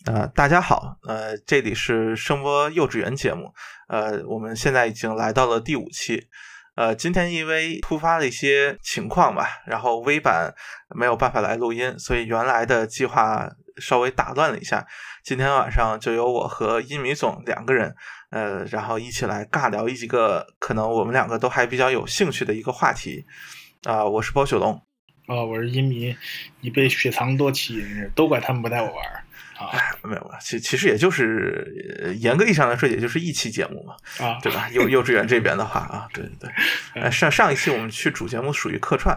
大家好，这里是声波幼稚园节目，我们现在已经来到了第5期，今天因为突发了一些情况吧，然后微版没有办法来录音，所以原来的计划稍微打乱了一下，今天晚上就由我和殷米总2个人，然后一起来尬聊几个可能我们2个都还比较有兴趣的一个话题，我是包雪龙， 我是殷米，一杯雪藏多奇，都怪他们不带我玩。 没有，其实也就是严格意义上来说，也就是1期节目嘛，对吧？幼稚园这边的话啊，对对对，上一期我们去主节目属于客串，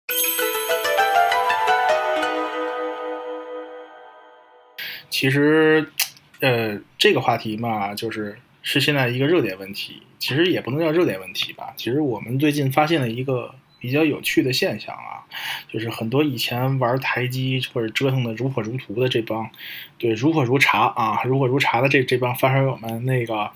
其实，这个话题嘛，是现在一个热点问题，其实也不能叫热点问题吧。其实我们最近发现了一个比较有趣的现象啊，就是很多以前玩台机或者折腾的如火如荼的这帮，对如火如茶的这帮发烧友们，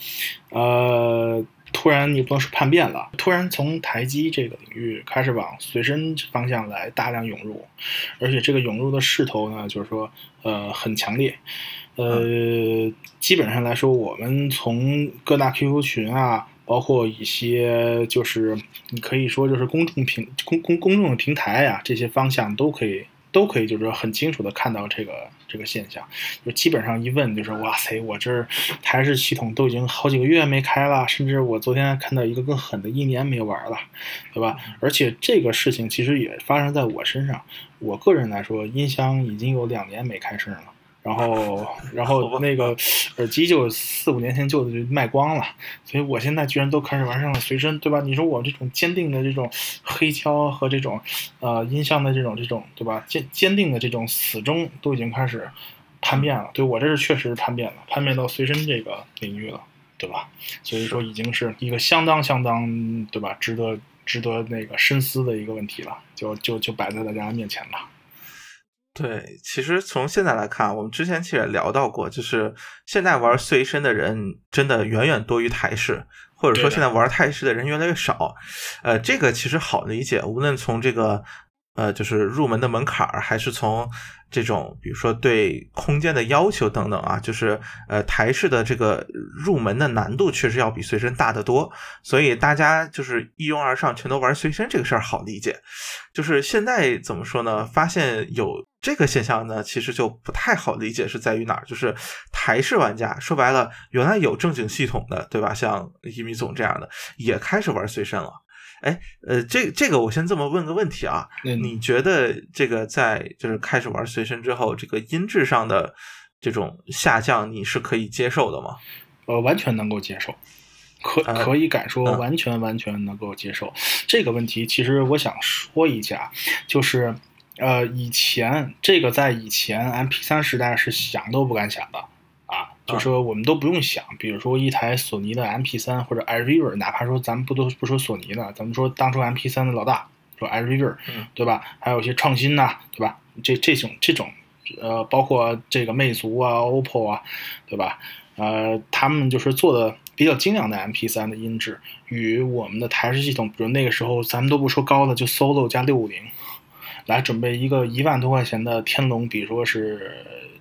突然你不能说叛变了，突然从台机这个领域开始往随身方向来大量涌入，而且这个涌入的势头呢，很强烈。基本上来说，我们从各大 QQ 群啊，包括一些你可以说公众的平台啊，这些方向都可以很清楚的看到这个现象。就基本上一问哇塞，我这台式系统都已经好几个月没开了，甚至我昨天看到一个更狠的1年没玩了，对吧？而且这个事情其实也发生在我身上。我个人来说，音箱已经有2年没开声了。然后那个耳机就4、5年前就卖光了，所以我现在居然都开始玩上了随身，对吧？你说我这种坚定的这种黑胶和这种音箱的这种对吧？坚定的这种死忠都已经开始叛变了，对，我这是确实叛变了，叛变到随身这个领域了，对吧？所以说已经是一个相当对吧？值得那个深思的一个问题了，就摆在大家面前了。 对，其实从现在来看，我们之前其实也聊到过，就是现在玩随身的人真的远远多于台式，或者说现在玩台式的人越来越少。这个其实好理解，无论从这个就是入门的门槛，还是从这种比如说对空间的要求等等啊，就是台式的这个入门的难度确实要比随身大得多，所以大家就是一拥而上全都玩随身，这个事儿好理解。就是现在怎么说呢，发现有这个现象呢，其实就不太好理解，是在于哪儿？就是台式玩家说白了，原来有正经系统的，对吧？像一米总这样的也开始玩随身了。哎，这个我先这么问个问题啊，你觉得这个在就是开始玩随身之后，这个音质上的这种下降，你是可以接受的吗？ 完全能够接受，可以敢说完全能够接受。这个问题其实我想说一下，就是以前在以前 MP3 时代是想都不敢想的啊，就说我们都不用想，比如说一台索尼的 MP3 或者 iRiver， 哪怕说咱们不说索尼的，咱们说当初 MP3 的老大说 iRiver，对吧？还有一些创新呐，对吧？这种包括这个魅族啊 OPPO 啊，对吧？他们就是做的比较精良的 MP3 的音质，与我们的台式系统，比如那个时候咱们都不说高的，就 Solo 加650来准备一个1万多块钱的天龙，比如说是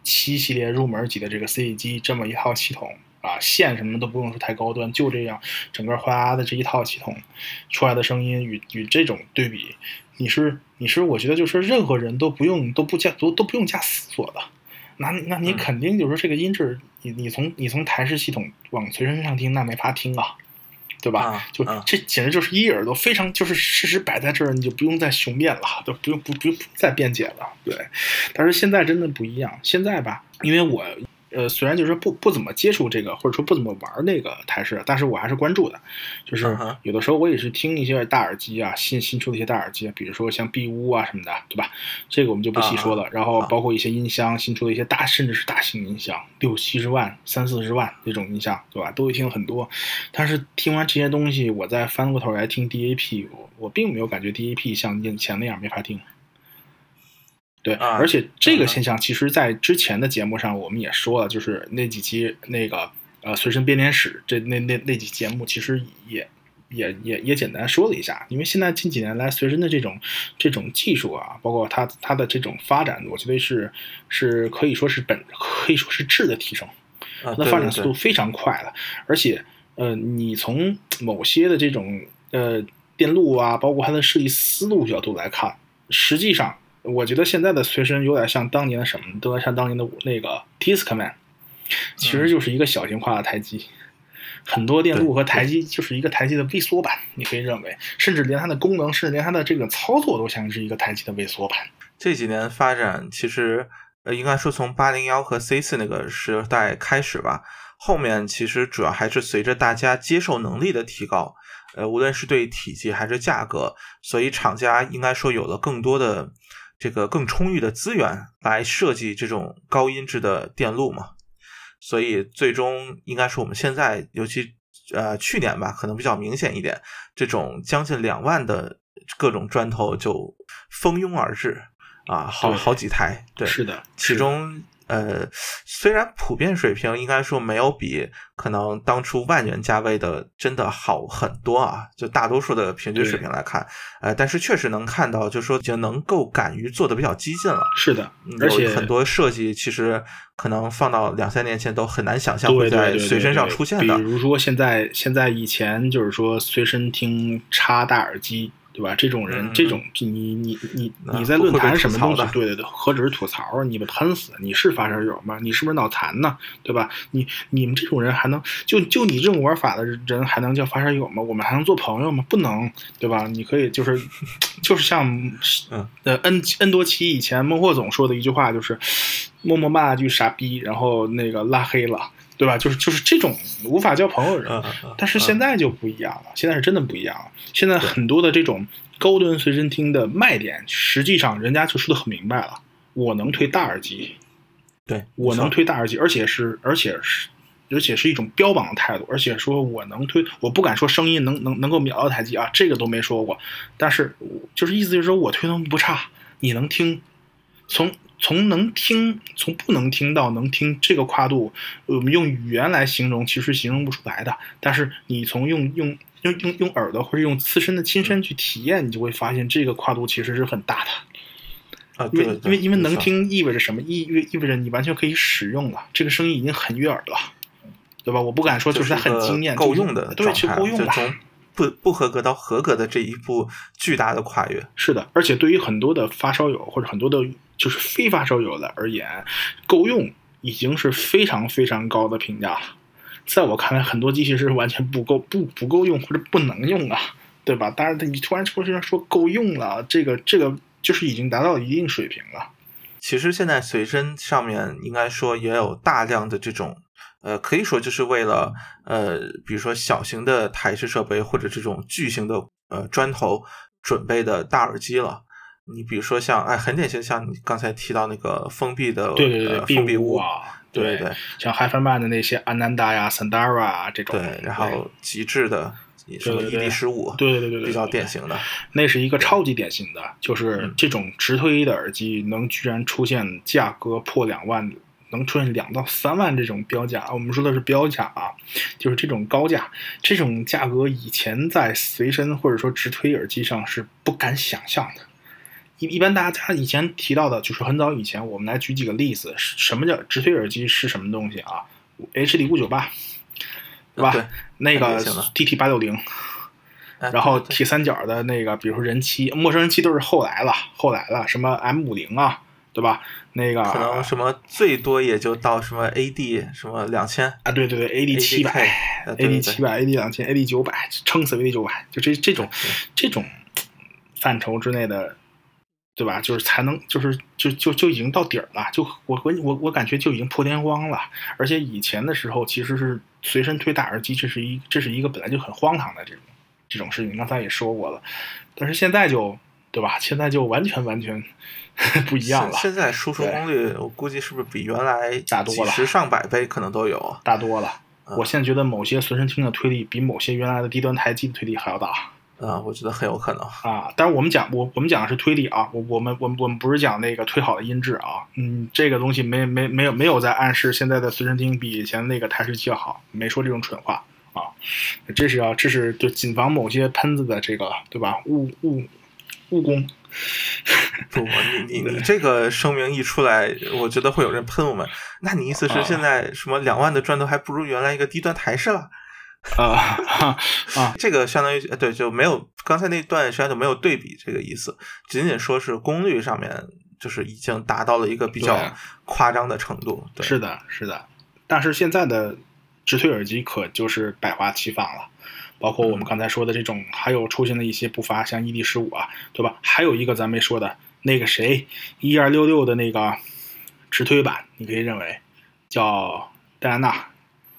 7系列入门级的这个 CD 机，这么一套系统啊，线什么都不用说太高端，就这样整个哗的这一套系统出来的声音与这种对比，你是我觉得就是任何人都不用加死锁的，那你肯定就是说这个音质，你从台式系统往随身上听，那没法听啊，对吧？这简直就是一耳朵非常，就是事实摆在这儿，你就不用再雄辩了，都不用再辩解了，对。但是现在真的不一样，现在吧，因为我虽然就是不怎么接触这个，或者说不怎么玩那个台式，但是我还是关注的。就是有的时候我也是听一些大耳机啊，新出的一些大耳机，比如说像 B 屋啊什么的，对吧？这个我们就不细说了。然后包括一些音箱，新出的一些甚至是大型音箱，60-70万、30-40万这种音箱，对吧？都会听很多。但是听完这些东西，我再翻过头来听 DAP， 我并没有感觉 DAP 像以前那样没法听。对，而且这个现象其实在之前的节目上我们也说了，就是那几期那个随身编年史那几节目其实也也简单说了一下，因为现在近几年来随身的这种技术啊，包括它的这种发展，我觉得是可以说是质的提升，它的发展速度非常快了，而且你从某些的这种电路啊，包括它的设计思路角度来看，实际上我觉得现在的随身有点像当年的什么，有点像当年的那个 Discman， 其实就是一个小型化的台机。很多电路和台机就是一个台机的微缩版，你可以认为，甚至连它的功能，甚至连它的这个操作都像是一个台机的微缩版。 这几年发展其实应该说从801和 C4 那个时代开始吧，后面其实主要还是随着大家接受能力的提高，无论是对体积还是价格，所以厂家应该说有了更多的这个更充裕的资源来设计这种高音质的电路嘛。所以最终应该是我们现在尤其去年吧，可能比较明显一点，这种将近2万的各种砖头就蜂拥而至啊，好几台。对， 是的， 其中虽然普遍水平应该说没有比可能当初万元价位的真的好很多啊，就大多数的平均水平来看，但是确实能看到，就是说已经能够敢于做的比较激进了。 是的，而且有很多设计其实可能放到2-3年前都很难想象会在随身上出现的。 比如说现在以前就是说随身听插大耳机。对吧？这种人，这种你在论坛什么东西？对，何止是吐槽，你们喷死！你是发烧友吗？你是不是脑残呢？对吧？你们这种人还能就你这种玩法的人还能叫发烧友吗？我们还能做朋友吗？不能，对吧？你可以就是像N 多期以前孟获总说的一句话，就是默默骂了句傻逼，然后那个拉黑了。对吧？就是这种无法交朋友的人，但是现在就不一样了，现在是真的不一样了。现在很多的这种高端随身听的卖点，实际上人家就说的很明白了，我能推大耳机， 对， 我能推大耳机，而且是一种标榜的态度，而且说我能推，我不敢说声音能够秒到台机啊，这个都没说过，但是就是意思就是说我推东西不差，你能听，从能听，从不能听到能听，这个跨度，我们用语言来形容其实形容不出来的。但是你从用耳朵或者用自身的亲身去体验，你就会发现这个跨度其实是很大的。 啊， 因为能听意味着什么？意味着你完全可以使用了，这个声音已经很悦耳了，对吧？我不敢说就是它很惊艳， 够用的， 对，是够用的。 不合格到合格的这一步巨大的跨越。 是的，而且对于很多的发烧友或者很多的就是非发烧友的而言，够用已经是非常非常高的评价了。在我看来，很多机器是完全不够用或者不能用啊，对吧？当然，你突然出现说够用了，这个就是已经达到一定水平了。 其实现在随身上面应该说也有大量的这种。可以说就是为了比如说小型的台式设备或者这种巨型的砖头准备的大耳机了。你比如说像很典型，像你刚才提到那个封闭的对封闭屋啊， 对， 像 Hi-Fi-Man 的那些安南达呀、Sandara 啊这种， 对，然后极致的什么 ED15， 对， 比较典型的， 那是一个超级典型的，就是这种直推的耳机能居然出现价格破2万。能出现2到3万这种标价，我们说的是标价啊，就是这种高价，这种价格以前在随身或者说直推耳机上是不敢想象的。一般大家以前提到的，就是很早以前，我们来举几个例子，什么叫直推耳机是什么东西啊 ？HD598，对吧？ 对， 那个 TT860。然后铁三角的那个，比如说人妻、陌生人妻都是后来了，什么 M50啊。对吧？那个可能什么最多也就到什么 AD 什么2000 啊，对，AD 700，AD 700，AD 2000，AD 900，撑死 AD 900，就这种范畴之内的，对吧？就是才能就已经到底儿了，就我感觉就已经破天荒了。而且以前的时候其实是随身推大耳机，这是一个本来就很荒唐的这种事情，刚才也说过了。但是现在就对吧？现在就完全不一样了。 现在输出功率，我估计是不是比原来大多了， 几十上百倍可能都有， 大多了。我现在觉得某些随身听的推力比某些原来的低端台机的推力还要大。 我觉得很有可能啊。但是我们讲的是推力啊，我们不是讲那个推好的音质啊。这个东西没有在暗示现在的随身听比以前那个台式机要好，没说这种蠢话啊。 这是就谨防某些喷子的这个对吧误攻。 不，你这个声明一出来，我觉得会有人喷我们。那你意思是现在什么2万的砖头还不如原来一个低端台式了？这个相当于对，就没有刚才那段实际上就没有对比这个意思，仅仅说是功率上面就是已经达到了一个比较夸张的程度。对， 是的，但是现在的直推耳机可就是百花齐放了。包括我们刚才说的这种，还有出现的一些不乏像 ED15啊，对吧？还有一个咱没说的那个谁1266的那个直推版，你可以认为叫戴安娜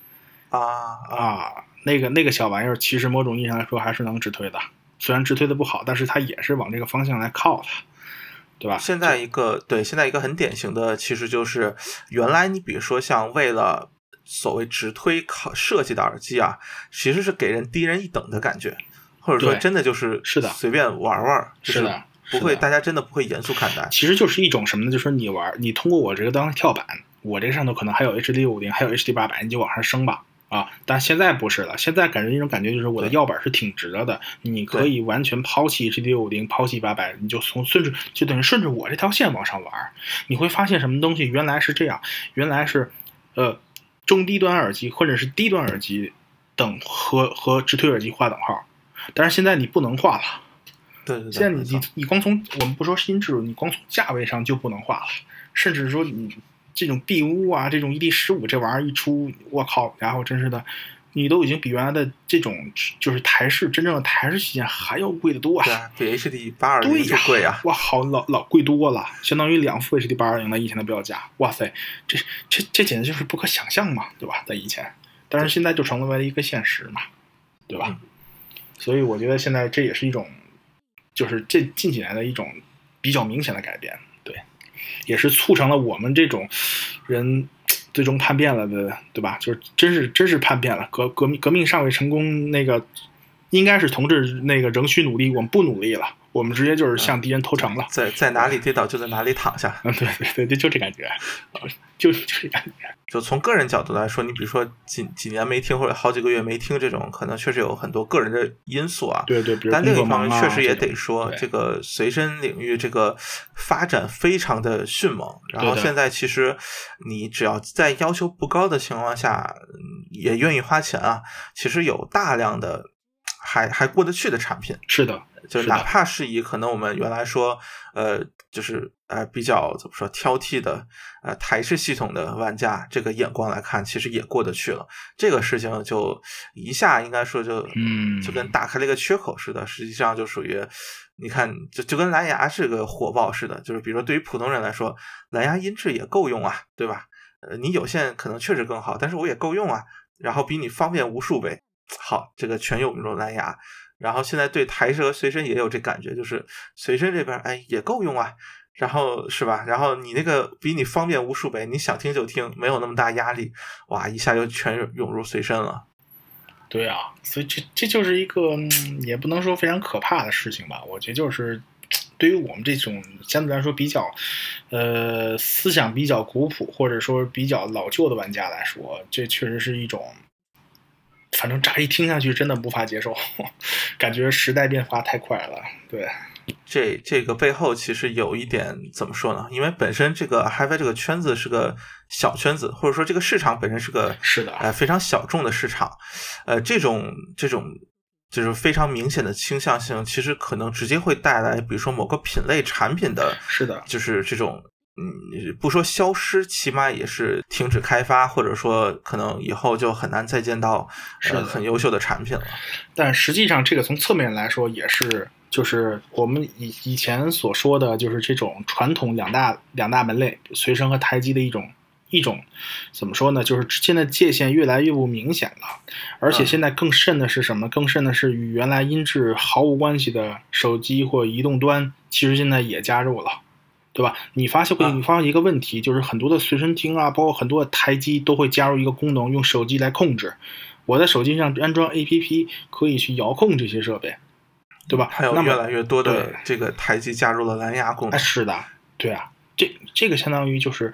那个小玩意儿，其实某种意义上来说还是能直推的，虽然直推的不好，但是它也是往这个方向来靠的，对吧？ 现在一个很典型的，其实就是原来你比如说像为了所谓直推设计的耳机啊，其实是给人低人一等的感觉，或者说真的就是随便玩玩， 是的， 不会，大家真的不会严肃看待。 其实就是一种什么呢？就是你通过我这个当跳板，我这个上头可能还有 HD50，还有 HD800，你就往上升吧。但现在不是了，现在一种感觉就是我的腰板是挺直了的，你可以完全抛弃 HD50，抛弃800，你就就等于顺着我这条线往上玩。你会发现什么东西原来是这样，原来是中低端耳机或者是低端耳机等和直推耳机划等号，但是现在你不能划了。 对， 现在你光从我们不说新制度，你光从价位上就不能划了，甚至说你这种 B5啊，这种 ED15这玩意儿一出，我靠，然后真是的，你都已经比原来的这种就是真正的台式旗舰还要贵得多啊！ 对啊，比 HD820 就贵啊！ 哇，好老贵多了，相当于2副 HD820的以前的标价。哇塞，这简直就是不可想象嘛，对吧？在以前，但是现在就成为了一个现实嘛，对吧？所以我觉得现在这也是一种，就是这近几年的一种比较明显的改变，对，也是促成了我们这种人最终叛变了的，对吧？就是真是叛变了，革命尚未成功，那个应该是同志那个仍需努力，我们不努力了，我们直接就是向敌人投诚了， 在哪里跌倒就在哪里躺下。 对，就这感觉，就是这感觉。 就从个人角度来说，你比如说几年没听或者好几个月没听这种，可能确实有很多个人的因素啊。 对， 但另一方面确实也得说，这个随身领域这个发展非常的迅猛。然后现在其实你只要在要求不高的情况下，也愿意花钱啊，其实有大量的还过得去的产品。 是的， 就哪怕是以可能我们原来说就是比较怎么说挑剔的台式系统的玩家这个眼光来看，其实也过得去了。这个事情就一下应该说就跟打开了一个缺口似的，实际上就属于你看就跟蓝牙是个火爆似的，就是比如说对于普通人来说，蓝牙音质也够用啊，对吧？你有线可能确实更好，但是我也够用啊，然后比你方便无数倍。好，这个全有用蓝牙。然后现在对台式和随身也有这感觉，就是随身这边也够用啊，然后是吧？然后你那个比你方便无数倍，你想听就听，没有那么大压力，哇，一下就全涌入随身了。 对啊，所以这就是一个也不能说非常可怕的事情吧。我觉得就是对于我们这种相对来说比较思想比较古朴或者说比较老旧的玩家来说，这确实是一种。反正乍一听下去真的无法接受，感觉时代变化太快了。对， 这个背后其实有一点怎么说呢？因为本身这个 HiFi 这个圈子是个小圈子，或者说这个市场本身是的非常小众的市场。这种就是非常明显的倾向性，其实可能直接会带来，比如说某个品类产品的， 是的， 就是这种。不说消失，起码也是停止开发，或者说可能以后就很难再见到很优秀的产品了。 但实际上，这个从侧面来说也是，就是我们以前所说的就是这种传统两大门类，随身和台机的一种怎么说呢？就是现在界限越来越不明显了，而且现在更甚的是什么？更甚的是与原来音质毫无关系的手机或移动端，其实现在也加入了。对吧？你发现一个问题，就是很多的随身听啊，包括很多的台机都会加入一个功能，用手机来控制。我在手机上安装 APP， 可以去遥控这些设备，对吧？ 还有越来越多的这个台机加入了蓝牙功能。 是的，对啊，这个相当于就是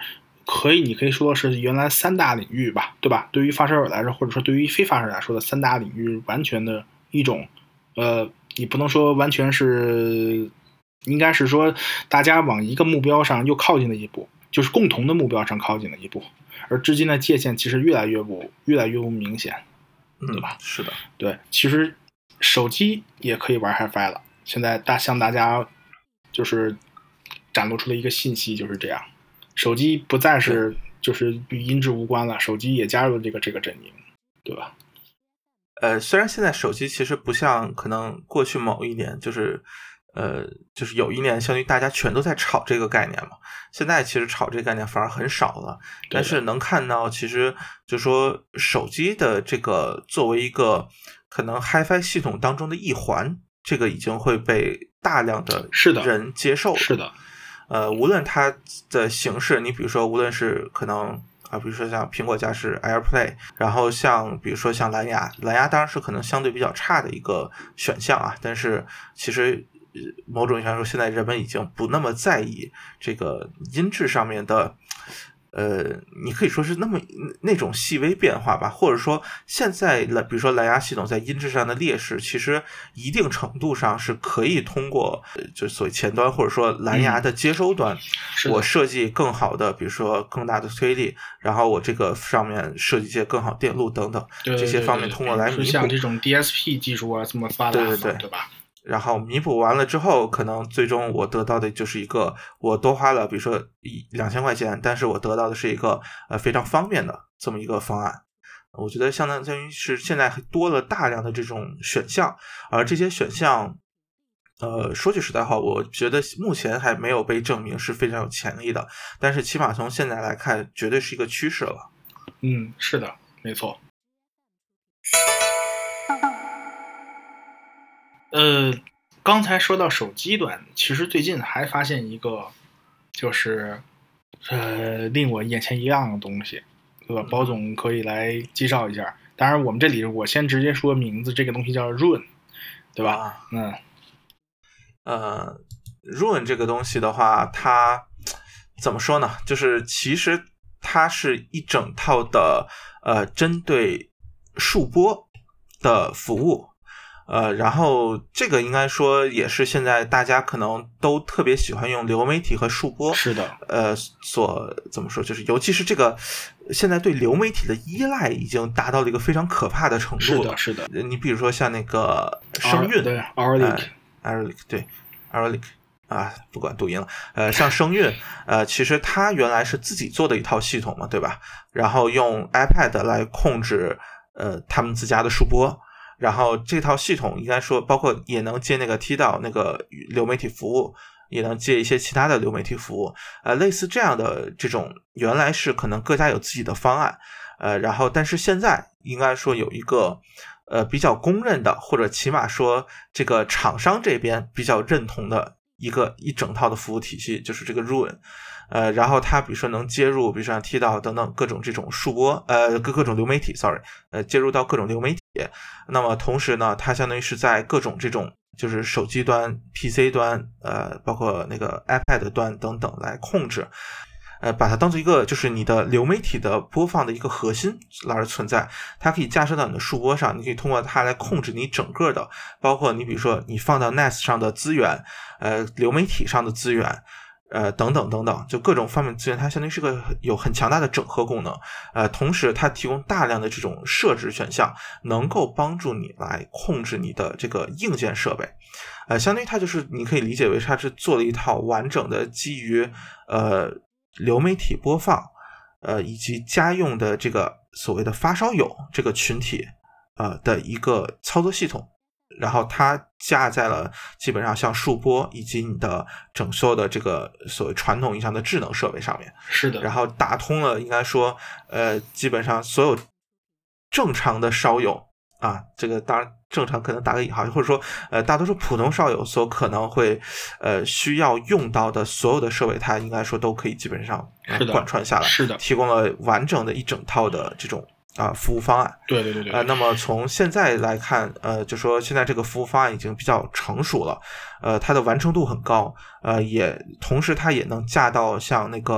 你可以说是原来3大领域吧，对吧？对于发烧友来说，或者说对于非发烧友来说的3大领域，完全的一种，你不能说完全是，应该是说大家往一个目标上又靠近了一步，就是共同的目标上靠近了一步，而之间的界限其实越来越不明显，对吧？ 是的， 对，其实手机也可以玩 HiFi 了，现在向大家就是展露出了一个信息，就是这样。手机不再是就是与音质无关了，手机也加入了这个阵营，对吧？ 虽然现在手机其实不像可能过去某一年，就是有一年相当于大家全都在炒这个概念嘛，现在其实炒这个概念反而很少了。但是能看到，其实就说手机的这个作为一个可能 HiFi 系统当中的一环，这个已经会被大量的人接受了。 是的。 无论它的形式，你比如说，无论是可能比如说像苹果家是 AirPlay， 然后像比如说像蓝牙当然是可能相对比较差的一个选项啊，但是其实某种意义上说，现在人们已经不那么在意这个音质上面的你可以说是那种细微变化吧，或者说现在比如说蓝牙系统在音质上的劣势，其实一定程度上是可以通过就所谓前端或者说蓝牙的接收端，我设计更好的，比如说更大的推力，然后我这个上面设计一些更好电路等等，这些方面通过来弥补， 像这种 DSP 技术啊这么发达嘛，对吧？ 然后弥补完了之后，可能最终我得到的就是一个我多花了比如说2000块钱，但是我得到的是一个非常方便的这么一个方案。我觉得相当于是现在多了大量的这种选项，而这些选项说句实在话，我觉得目前还没有被证明是非常有潜力的，但是起码从现在来看绝对是一个趋势了。 是的，没错。刚才说到手机端，其实最近还发现一个，就是令我眼前一亮的东西，对吧？包总可以来介绍一下。当然，我们这里我先直接说名字，这个东西叫 Roon， 对吧 ？Roon 这个东西的话，它怎么说呢？就是其实它是一整套的针对数播的服务。然后这个应该说也是现在大家可能都特别喜欢用流媒体和数播， 是的， 怎么说，就是尤其是这个现在对流媒体的依赖已经达到了一个非常可怕的程度了。 是的。 你比如说像那个声韵， 对 Auralic 对 Auralic 不管读音了，像声韵，其实它原来是自己做的一套系统嘛，对吧？然后用 iPad 来控制他们自家的数播。然后这套系统应该说包括也能接那个 TDAL 那个流媒体服务，也能接一些其他的流媒体服务，类似这样的这种原来是可能各家有自己的方案，然后但是现在应该说有一个比较公认的，或者起码说这个厂商这边比较认同的一整套的服务体系，就是这个 Roon。然后它比如说能接入，比如说像 TDAL 等等各种这种数播，各种流媒体 接入到各种流媒体。那么同时呢，它相当于是在各种这种就是手机端、PC 端，包括那个 iPad 端等等来控制，把它当做一个就是你的流媒体的播放的一个核心来存在。它可以架设到你的数播上，你可以通过它来控制你整个的，包括你比如说你放到 NAS 上的资源，流媒体上的资源。等等等等，就各种方面资源，它相当于是个有很强大的整合功能。同时它提供大量的这种设置选项，能够帮助你来控制你的这个硬件设备。相当于它就是你可以理解为它是做了一套完整的基于流媒体播放以及家用的这个所谓的发烧友这个群体的一个操作系统。然后它架在了基本上像数播以及你的整所的这个所谓传统意义上的智能设备上面， 是的。 然后打通了应该说基本上所有正常的烧友这个当然正常可能打个引号，或者说大多数普通烧友所可能会需要用到的所有的设备，它应该说都可以基本上贯穿下来， 是的， 提供了完整的一整套的这种服务方案。 对。 那么从现在来看，就说现在这个服务方案已经比较成熟了，它的完成度很高，也同时它也能架到像那个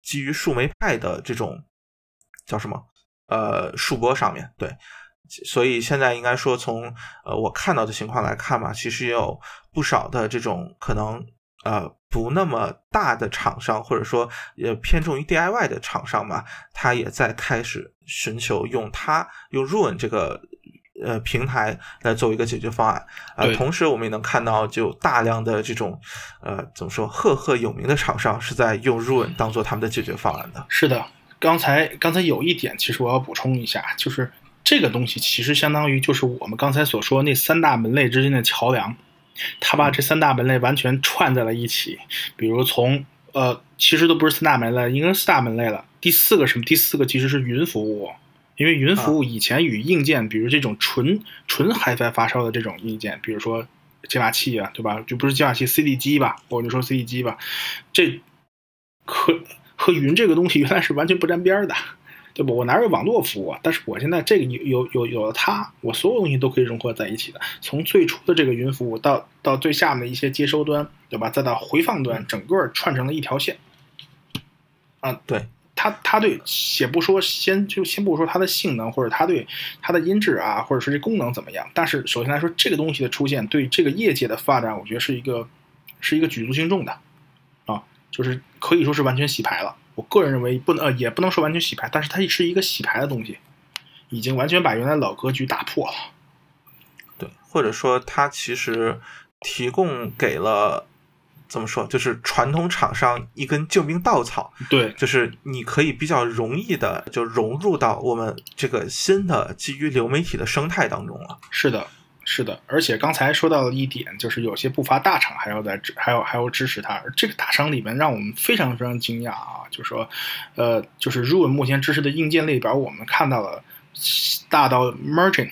基于树莓派的这种叫什么数播上面，对。所以现在应该说从我看到的情况来看嘛，其实也有不少的这种可能不那么大的厂商，或者说也偏重于 DIY 的厂商嘛，他也在开始寻求用Roon 这个平台来作为一个解决方案。同时我们也能看到就大量的这种怎么说赫赫有名的厂商是在用 Roon 当做他们的解决方案的。 是的，刚才有一点其实我要补充一下，就是这个东西其实相当于就是我们刚才所说那3大门类之间的桥梁，他把这3大门类完全串在了一起。比如从其实都不是3大门类，应该是4大门类了。第4个其实是云服务，因为云服务以前与硬件，比如这种纯 HiFi 发烧的这种硬件，比如说解码器啊，对吧？就不是解码器 CD 机吧，我就说 CD 机吧，这和云这个东西原来是完全不沾边的。对吧？我哪有网络服务啊？但是我现在这个有了它，我所有东西都可以融合在一起的。从最初的这个云服务到最下面的一些接收端，对吧？再到回放端，整个串成了一条线。 对， 它对先不说它的性能或者它对它的音质啊，或者是这功能怎么样，但是首先来说，这个东西的出现对这个业界的发展，我觉得是一个举足轻重的就是可以说是完全洗牌了。我个人认为也不能说完全洗牌，但是它是一个洗牌的东西，已经完全把原来老格局打破了。 对，或者说它其实提供给了怎么说，就是传统厂商一根救命稻草。 对， 就是你可以比较容易的就融入到我们这个新的基于流媒体的生态当中了。 是的，而且刚才说到了一点，就是有些不乏大厂还要支持它。这个大厂里面让我们非常非常惊讶啊，就是说，就是 Roon 目前支持的硬件列表，我们看到了大到 Merging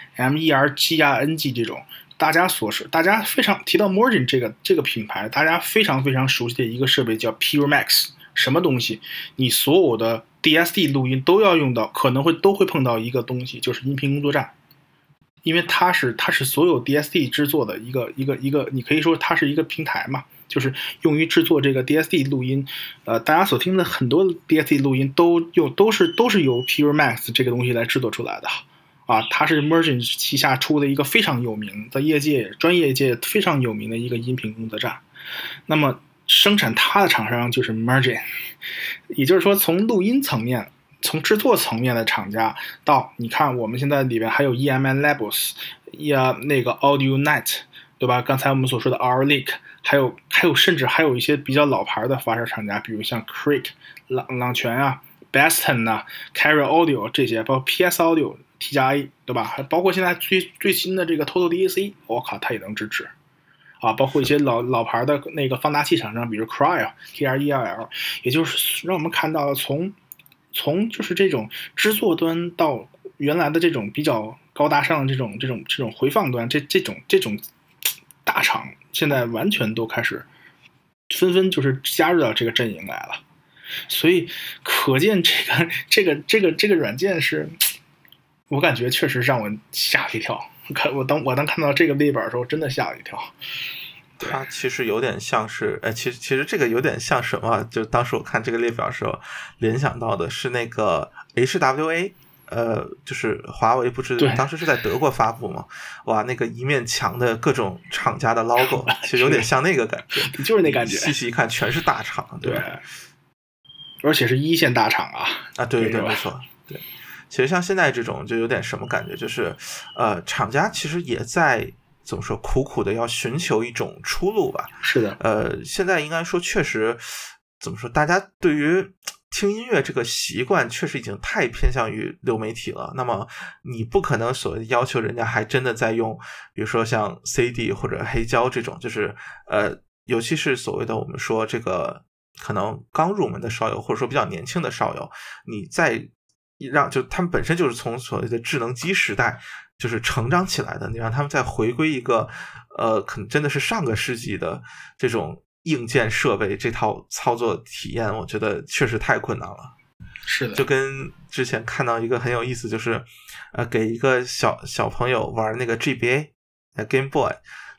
MERGING 这种，大家非常提到 Merging 这个品牌，大家非常非常熟悉的一个设备叫 Pure Max， 什么东西？你所有的 DSD 录音都要用到，可能都会碰到一个东西，就是音频工作站。因为它是所有 DSD 制作的一个，你可以说它是一个平台嘛，就是用于制作这个 DSD 录音。大家所听的很多 DSD 录音都是由 Pure Max 这个东西来制作出来的啊。它是 Merging 旗下出的一个非常有名的专业界非常有名的一个音频工作站。那么生产它的厂商就是 Merging， 也就是说从录音层面。从制作层面的厂家到你看，我们现在里边还有 EMN Labels 那个 Audio Net， 对吧？刚才我们所说的 R-Link， 还有甚至还有一些比较老牌的发烧厂家，比如像 Creek 朗泉啊、Beston 啊、Carrier Audio 这些，包括 PS Audio T+A， 对吧？还包括现在最新的这个 Total DAC， 我靠，它也能支持啊！包括一些老牌的那个放大器厂商，比如 Cryo、TRELL， 也就是让我们看到从就是这种制作端到原来的这种比较高大上的这种回放端，这种大厂现在完全都开始纷纷就是加入到这个阵营来了，所以可见这个软件是，我感觉确实让我吓了一跳。我当看到这个列表的时候，真的吓了一跳。 它其实有点像是，其实这个有点像什么？就当时我看这个列表的时候，联想到的是那个 HWA， 就是华为不是当时是在德国发布嘛？哇，那个一面墙的各种厂家的 logo， 其实有点像那个感觉， 就是那感觉。 细细一看，全是大厂， 对，而且是一线大厂啊！ 对，没错，对。其实像现在这种就有点什么感觉，就是厂家其实也在。怎么说？苦苦的要寻求一种出路吧。 是的。 现在应该说确实，怎么说？大家对于听音乐这个习惯确实已经太偏向于流媒体了。那么你不可能所谓要求人家还真的在用，比如说像 CD 或者黑胶这种，就是尤其是所谓的我们说这个可能刚入门的烧友，或者说比较年轻的烧友，你再就他们本身就是从所谓的智能机时代。就是成长起来的，你让他们再回归一个可能真的是上个世纪的这种硬件设备这套操作体验，我觉得确实太困难了。 是的， 就跟之前看到一个很有意思，就是给一个小朋友玩那个 GBA Game Boy，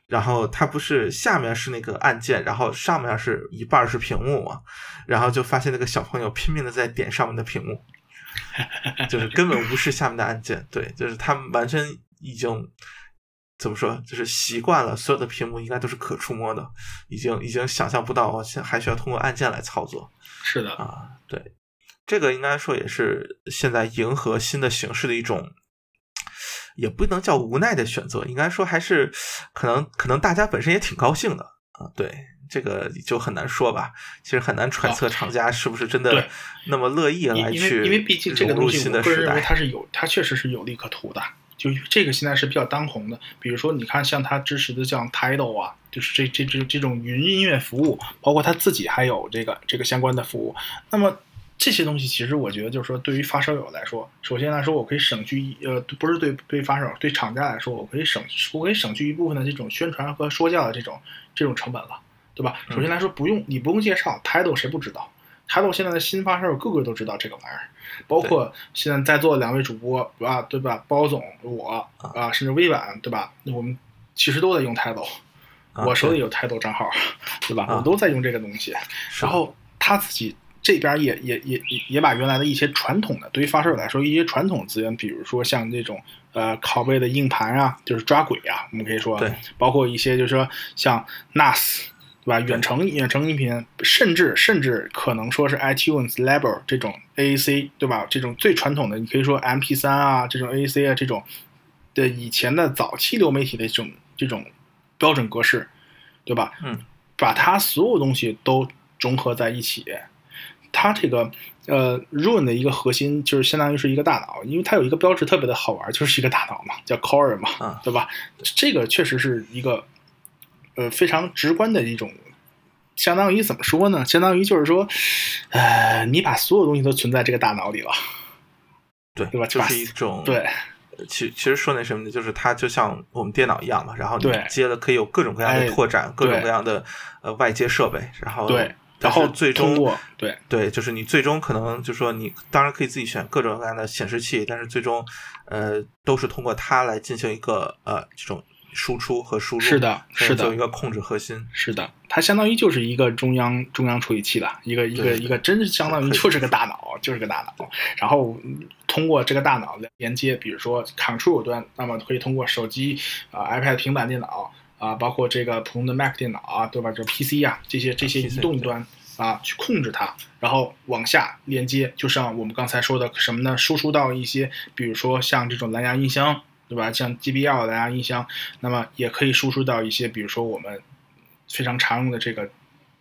然后它不是下面是那个按键，然后上面是一半是屏幕嘛，然后就发现那个小朋友拼命的在点上面的屏幕，就是根本无视下面的按键。对，就是他们完全已经怎么说，就是习惯了所有的屏幕应该都是可触摸的，已经想象不到现在还需要通过按键来操作。 是的啊，对，这个应该说也是现在迎合新的形式的一种，也不能叫无奈的选择，应该说还是可能大家本身也挺高兴的啊。对，这个就很难说吧，其实很难揣测厂家是不是真的那么乐意来去因为毕竟这个东西，我个人认为它确实是有利可图的。就这个现在是比较当红的，比如说你看像它支持的像 Tidal 啊，就是这种云音乐服务，包括它自己还有这个相关的服务。那么这些东西其实我觉得就是说，对于发烧友来说，首先来说我可以省去不是对发烧友，对厂家来说，我可以省去一部分的这种宣传和说教的这种成本了，对吧？首先来说你不用介绍 Tidal， 谁不知道？Tidal 现在的新发烧友个个都知道这个玩意儿，包括现在在座的2位主播啊，对吧？包总我啊，甚至微软，对吧？我们其实都在用 Tidal， 我手里有 Tidal 账号，对吧？我都在用这个东西。然后他自己这边也把原来的一些传统的，对于发烧友来说一些传统资源，比如说像这种拷贝的硬盘啊，就是抓轨啊，我们可以说，包括一些就是说像 NAS。对吧？远程音频，甚至可能说是 iTunes Label 这种 AAC， 对吧？这种最传统的，你可以说 MP3 啊，这种 AAC 啊，这种的以前的早期流媒体的这种标准格式，对吧？把它所有东西都融合在一起。它这个Roon 的一个核心就是相当于是一个大脑，因为它有一个标志特别的好玩，就是一个大脑嘛，叫 Core 嘛，对吧？这个确实是一个非常直观的一种，相当于怎么说呢？相当于就是说，你把所有东西都存在这个大脑里了， 对吧？ 就是一种对。 其实说那什么呢，就是它就像我们电脑一样嘛，然后你接了可以有各种各样的拓展，各种各样的外接设备，然后最终对，就是你最终可能就是说你当然可以自己选各种各样的显示器，但是最终都是通过它来进行一个这种输出和输入， 是的， 有一个控制核心， 是的，它相当于就是一个中央处理器了，一个真是相当于就是个大脑，就是个大脑，然后通过这个大脑连接，比如说 Control 端，那么可以通过手机iPad 平板电脑包括这个普通的 Mac 电脑啊，对吧？这 PC 啊，这些移动端去控制它，然后往下连接，就像我们刚才说的什么呢？输出到一些，比如说像这种蓝牙音箱。对吧？像 JBL 蓝牙音箱，那么也可以输出到一些，比如说我们非常常用的这个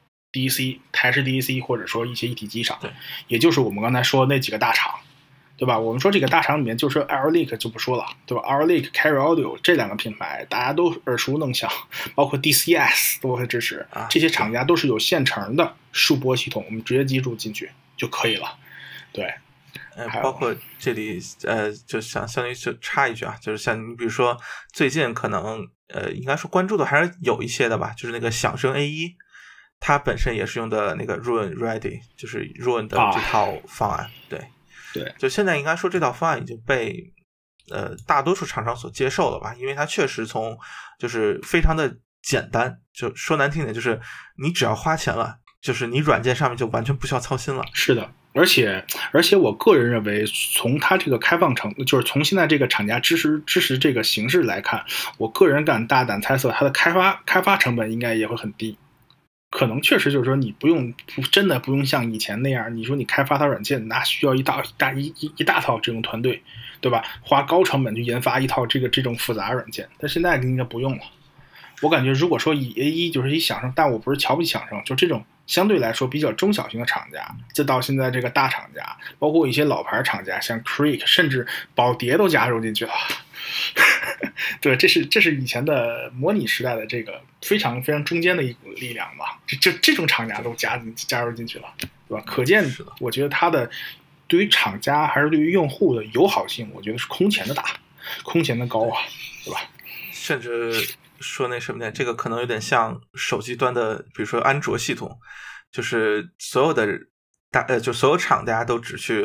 DAC 台式 DAC， 或者说一些一体机上，也就是我们刚才说的那几个大厂，对吧？我们说这个大厂里面，就说 Auralic 就不说了，对吧 ？Auralic、Carrier Audio 这2个品牌大家都耳熟能详，包括 DCS 都会支持，这些厂家都是有现成的数播系统，我们直接接入进去就可以了，对。 包括这里就相当于就插一句啊，就是像你比如说最近可能应该说关注的还是有一些的吧，就是那个响声 A1， 它本身也是用的那个 Roon Ready， 就是 Roon 的这套方案，对，就现在应该说这套方案已经被大多数厂商所接受了吧，因为它确实就是非常的简单，就说难听点就是你只要花钱了，就是你软件上面就完全不需要操心了。 是的。而且我个人认为，从它这个开放程度，就是从现在这个厂家支持这个形式来看，我个人敢大胆猜测，它的开发成本应该也会很低。可能确实就是说，你真的不用像以前那样，你说你开发它软件，那需要一大套这种团队，对吧？花高成本去研发一套这种复杂软件，但现在应该不用了。我感觉，如果说以 A1 就是以响声，但我不是瞧不起响声，就这种相对来说比较中小型的厂家，再到现在这个大厂家，包括一些老牌厂家，像 Creek， 甚至宝蝶都加入进去了。对，这是以前的模拟时代的这个非常非常中间的一股力量吧。这种厂家都加入进去了，对吧？可见，我觉得它的对于厂家还是对于用户的友好性，我觉得是空前的大，空前的高啊，对吧？ 甚至说那什么呢？这个可能有点像手机端的，比如说安卓系统，就是所有的就所有厂家都只去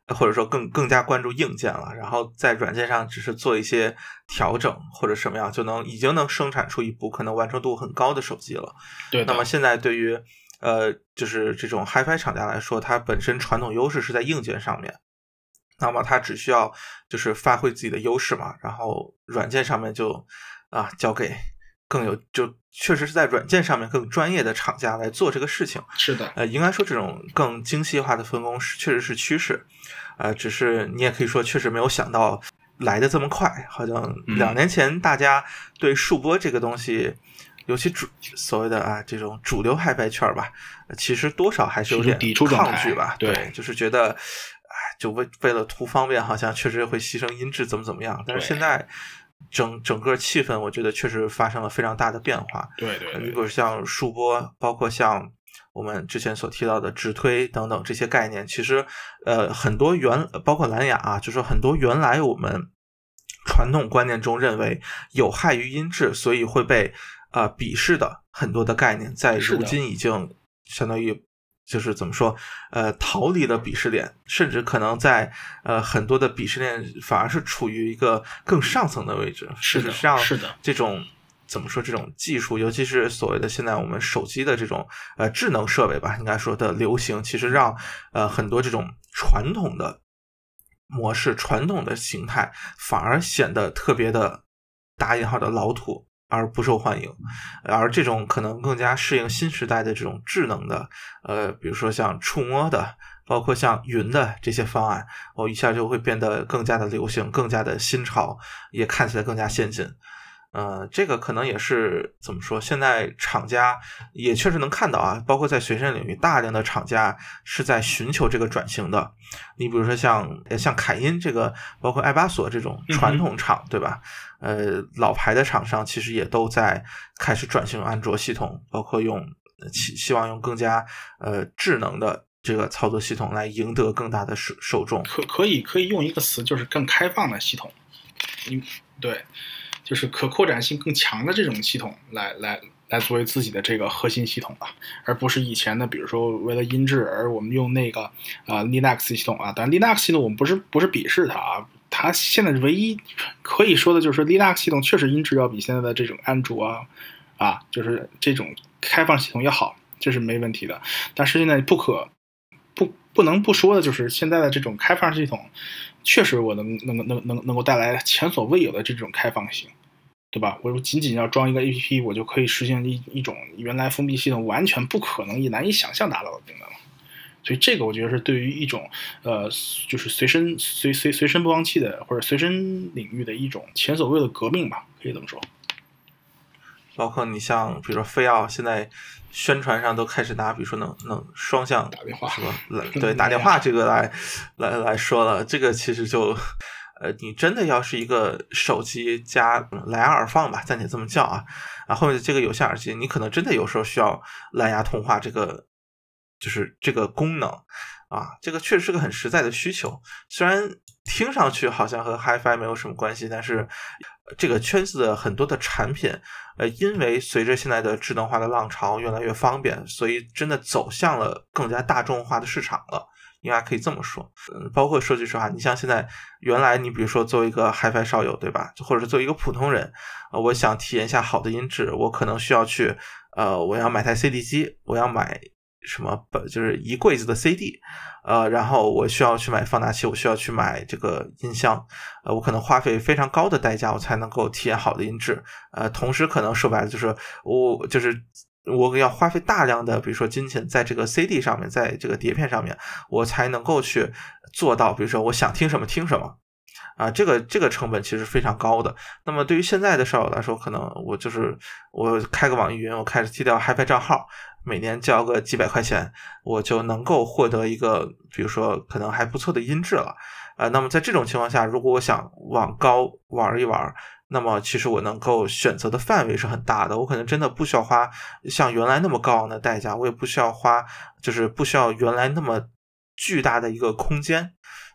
或者说更加关注硬件了，然后在软件上只是做一些调整或者什么样，已经能生产出一部可能完成度很高的手机了。 对。 那么现在对于就是这种 Hi-Fi 厂家来说，它本身传统优势是在硬件上面，那么它只需要就是发挥自己的优势嘛，然后软件上面就交给就确实是在软件上面更专业的厂家来做这个事情。 是的， 应该说这种更精细化的分工确实是趋势，只是你也可以说确实没有想到来的这么快，好像2年前大家对数播这个东西，尤其所谓的这种主流 Hi-Fi 圈吧，其实多少还是有点抗拒吧， 对， 就是觉得就为了图方便，好像确实会牺牲音质怎么样，但是现在整个气氛我觉得确实发生了非常大的变化。 对， 如果像数播，包括像我们之前所提到的直推等等这些概念，其实很多包括蓝牙就是很多原来我们传统观念中认为有害于音质，所以会被鄙视的很多的概念，在如今已经相当于就是怎么说逃离了鄙视链，甚至可能在很多的鄙视链反而是处于一个更上层的位置。 是的， 这种怎么说，这种技术，尤其是所谓的现在我们手机的这种智能设备吧，应该说的流行，其实让很多这种传统的模式、传统的形态反而显得特别的打引号的老土，而不受欢迎。而这种可能更加适应新时代的这种智能的比如说像触摸的，包括像云的这些方案，一下就会变得更加的流行，更加的新潮，也看起来更加先进。这个可能也是怎么说，现在厂家也确实能看到包括在随身领域大量的厂家是在寻求这个转型的。你比如说像凯音这个，包括爱巴索这种传统厂，对吧？老牌的厂商其实也都在开始转型安卓系统，包括希望用更加智能的这个操作系统来赢得更大的受众。 可以用一个词，就是更开放的系统。对，就是可扩展性更强的这种系统来作为自己的这个核心系统吧，而不是以前的比如说为了音质而我们用那个Linux 系统但 Linux 系统我们不是鄙视它它现在唯一可以说的就是 Linux 系统确实音质要比现在的这种安卓就是这种开放系统要好，这是没问题的。但是现在不能不说的就是现在的这种开放系统确实我能够带来前所未有的这种开放性，对吧？我仅仅要装一个 APP， 我就可以实现一种原来封闭系统完全不可能也难以想象达到的功能。所以这个我觉得是对于一种就是随身播放器的或者随身领域的一种前所未有的革命吧，可以这么说。 包括你像比如说飞奥现在宣传上都开始拿比如说能双向打电话什么对打电话这个来说了，这个其实就你真的要是一个手机加蓝牙耳放吧，暂且这么叫后面这个有线耳机，你可能真的有时候需要蓝牙通话，这个就是这个功能这个确实是个很实在的需求。虽然听上去好像和 Hi-Fi 没有什么关系，但是这个圈子的很多的产品因为随着现在的智能化的浪潮越来越方便，所以真的走向了更加大众化的市场了，应该可以这么说。包括说句实话，你像现在原来你比如说作为一个 Hi-Fi 少友，对吧？或者是作为一个普通人我想体验一下好的音质，我可能需要去我要买台 CD 机，我要买什么就是一柜子的 CD然后我需要去买放大器，我需要去买这个音箱我可能花费非常高的代价我才能够体验好的音质同时可能说白了就是我要花费大量的比如说金钱在这个 CD 上面，在这个碟片上面，我才能够去做到比如说我想听什么听什么这个成本其实非常高的。那么对于现在的少友来说，可能我开个网易云，我开始踢掉 Hi-Fi 账号，每年交个几百块钱，我就能够获得一个比如说可能还不错的音质了那么在这种情况下，如果我想往高玩一玩，那么其实我能够选择的范围是很大的，我可能真的不需要花像原来那么高昂的代价，我也不需要花就是不需要原来那么巨大的一个空间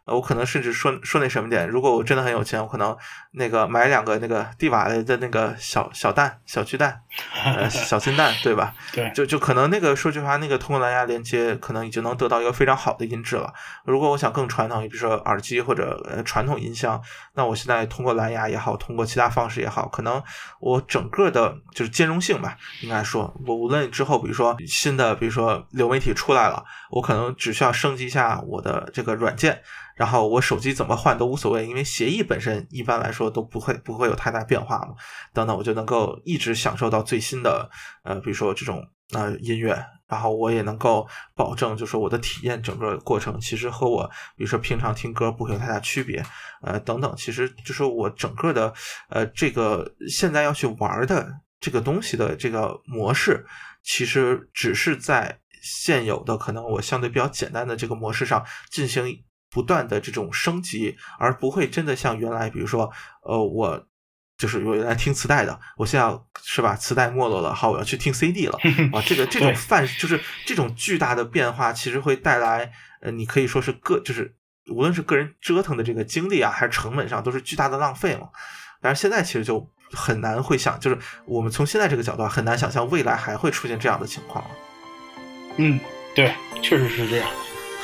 我可能甚至说那什么点，如果我真的很有钱，我可能那个买2个那个蒂瓦的那个小巨蛋，小金蛋，对吧？ 对， 就可能那个说句话，那个通过蓝牙连接，可能已经能得到一个非常好的音质了。如果我想更传统，比如说耳机或者传统音箱，那我现在通过蓝牙也好，通过其他方式也好，可能我整个的就是兼容性吧，应该说，我无论之后比如说新的，比如说流媒体出来了，我可能只需要升级一下我的这个软件，然后我手机怎么换都无所谓，因为协议本身一般来说都不会有太大变化嘛。等等，我就能够一直享受到最新的比如说这种音乐，然后我也能够保证就是我的体验整个过程其实和我比如说平常听歌不会有太大区别等等，其实就是我整个的这个现在要去玩的这个东西的这个模式，其实只是在现有的可能我相对比较简单的这个模式上进行不断的这种升级，而不会真的像原来比如说我就是原来听磁带的，我现在是吧磁带没落了，好我要去听 CD 了啊，这种就是这种巨大的变化其实会带来你可以说是就是无论是个人折腾的这个精力啊还是成本上都是巨大的浪费嘛。但是现在其实就很难会想，就是我们从现在这个角度很难想象未来还会出现这样的情况了。 对，确实是这样。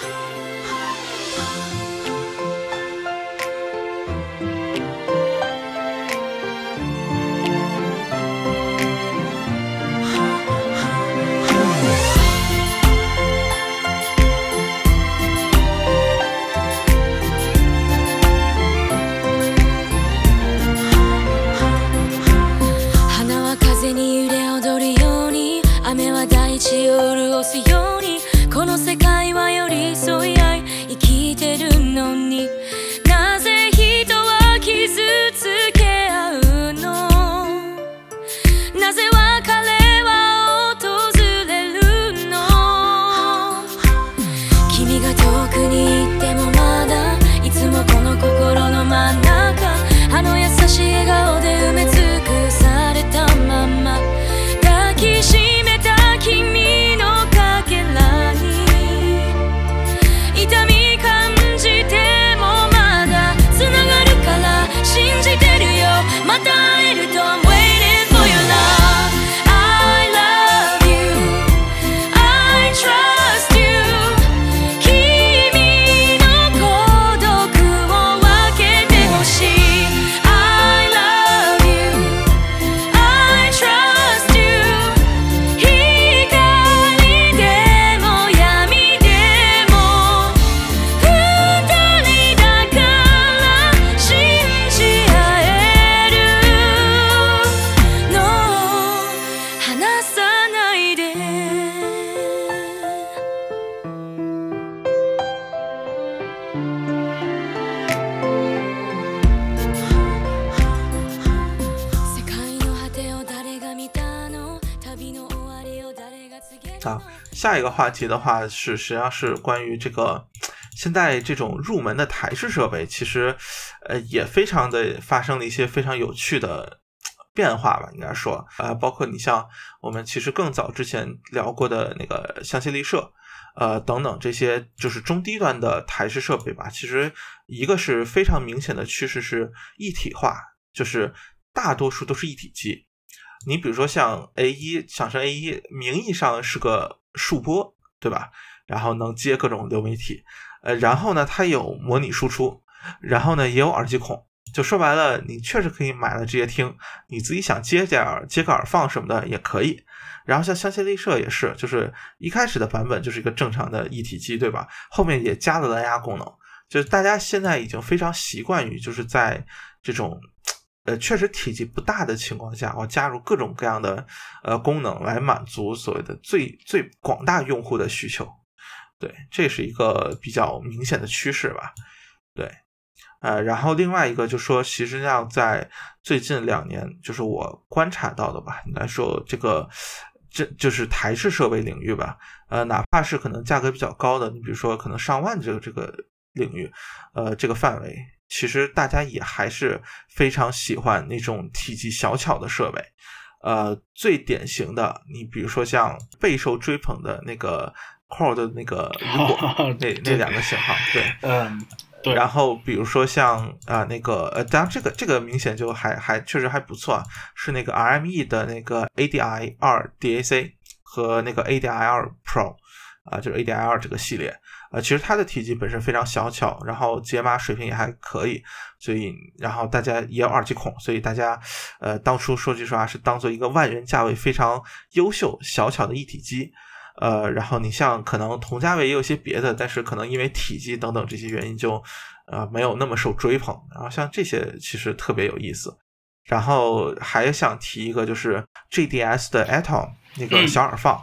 雨は大地を潤すようにこの世界は寄り添い合い生きてるのになぜ人は傷つけ合うのなぜ別れは訪れるの君が遠くに行ってもまだいつもこの心の真ん中あの優しい笑顔で埋め尽くされたまま抱きしめ君のかけらに痛み感じてもまだつながるから信じてるよまた会えると I'm waiting for your love I love you I trust you 君の孤独を分けてほしい I love you I trust you 下一个话题的话是实际上是关于这个现在这种入门的台式设备其实也非常的发生了一些非常有趣的变化吧，应该说包括你像我们其实更早之前聊过的那个香榭丽舍等等这些就是中低端的台式设备吧，其实一个是非常明显的趋势是一体化，就是大多数都是一体机。你比如说像 A1 响声 A1 名义上是个数播对吧，然后能接各种流媒体然后呢它有模拟输出，然后呢也有耳机孔，就说白了你确实可以买了直接听，你自己想接个耳放什么的也可以。然后像香榭丽舍也是，就是一开始的版本就是一个正常的一体机对吧，后面也加了蓝牙功能，就是大家现在已经非常习惯于就是在这种确实体积不大的情况下我加入各种各样的功能来满足所谓的最广大用户的需求。对，这是一个比较明显的趋势吧。对然后另外一个就说其实上在最近2年就是我观察到的吧，应该说这就是台式设备领域吧哪怕是可能价格比较高的，你比如说可能上万这个领域这个范围，其实大家也还是非常喜欢那种体积小巧的设备最典型的你比如说像备受追捧的那个 Core 的那个雨果那2个型号对对， 然后比如说像那个当然这个明显就还确实还不错啊，是那个 RME 的那个 ADI2 DAC 和那个 ADI2 Pro 就是 ADI2 这个系列。其实它的体积本身非常小巧，然后解码水平也还可以，所以然后大家也有耳机孔，所以大家当初说句实话是当做一个万元价位非常优秀小巧的一体机。然后你像可能同价位也有些别的，但是可能因为体积等等这些原因就没有那么受追捧。然后像这些其实特别有意思。然后还想提一个就是 GDS 的 Atom 那个小耳放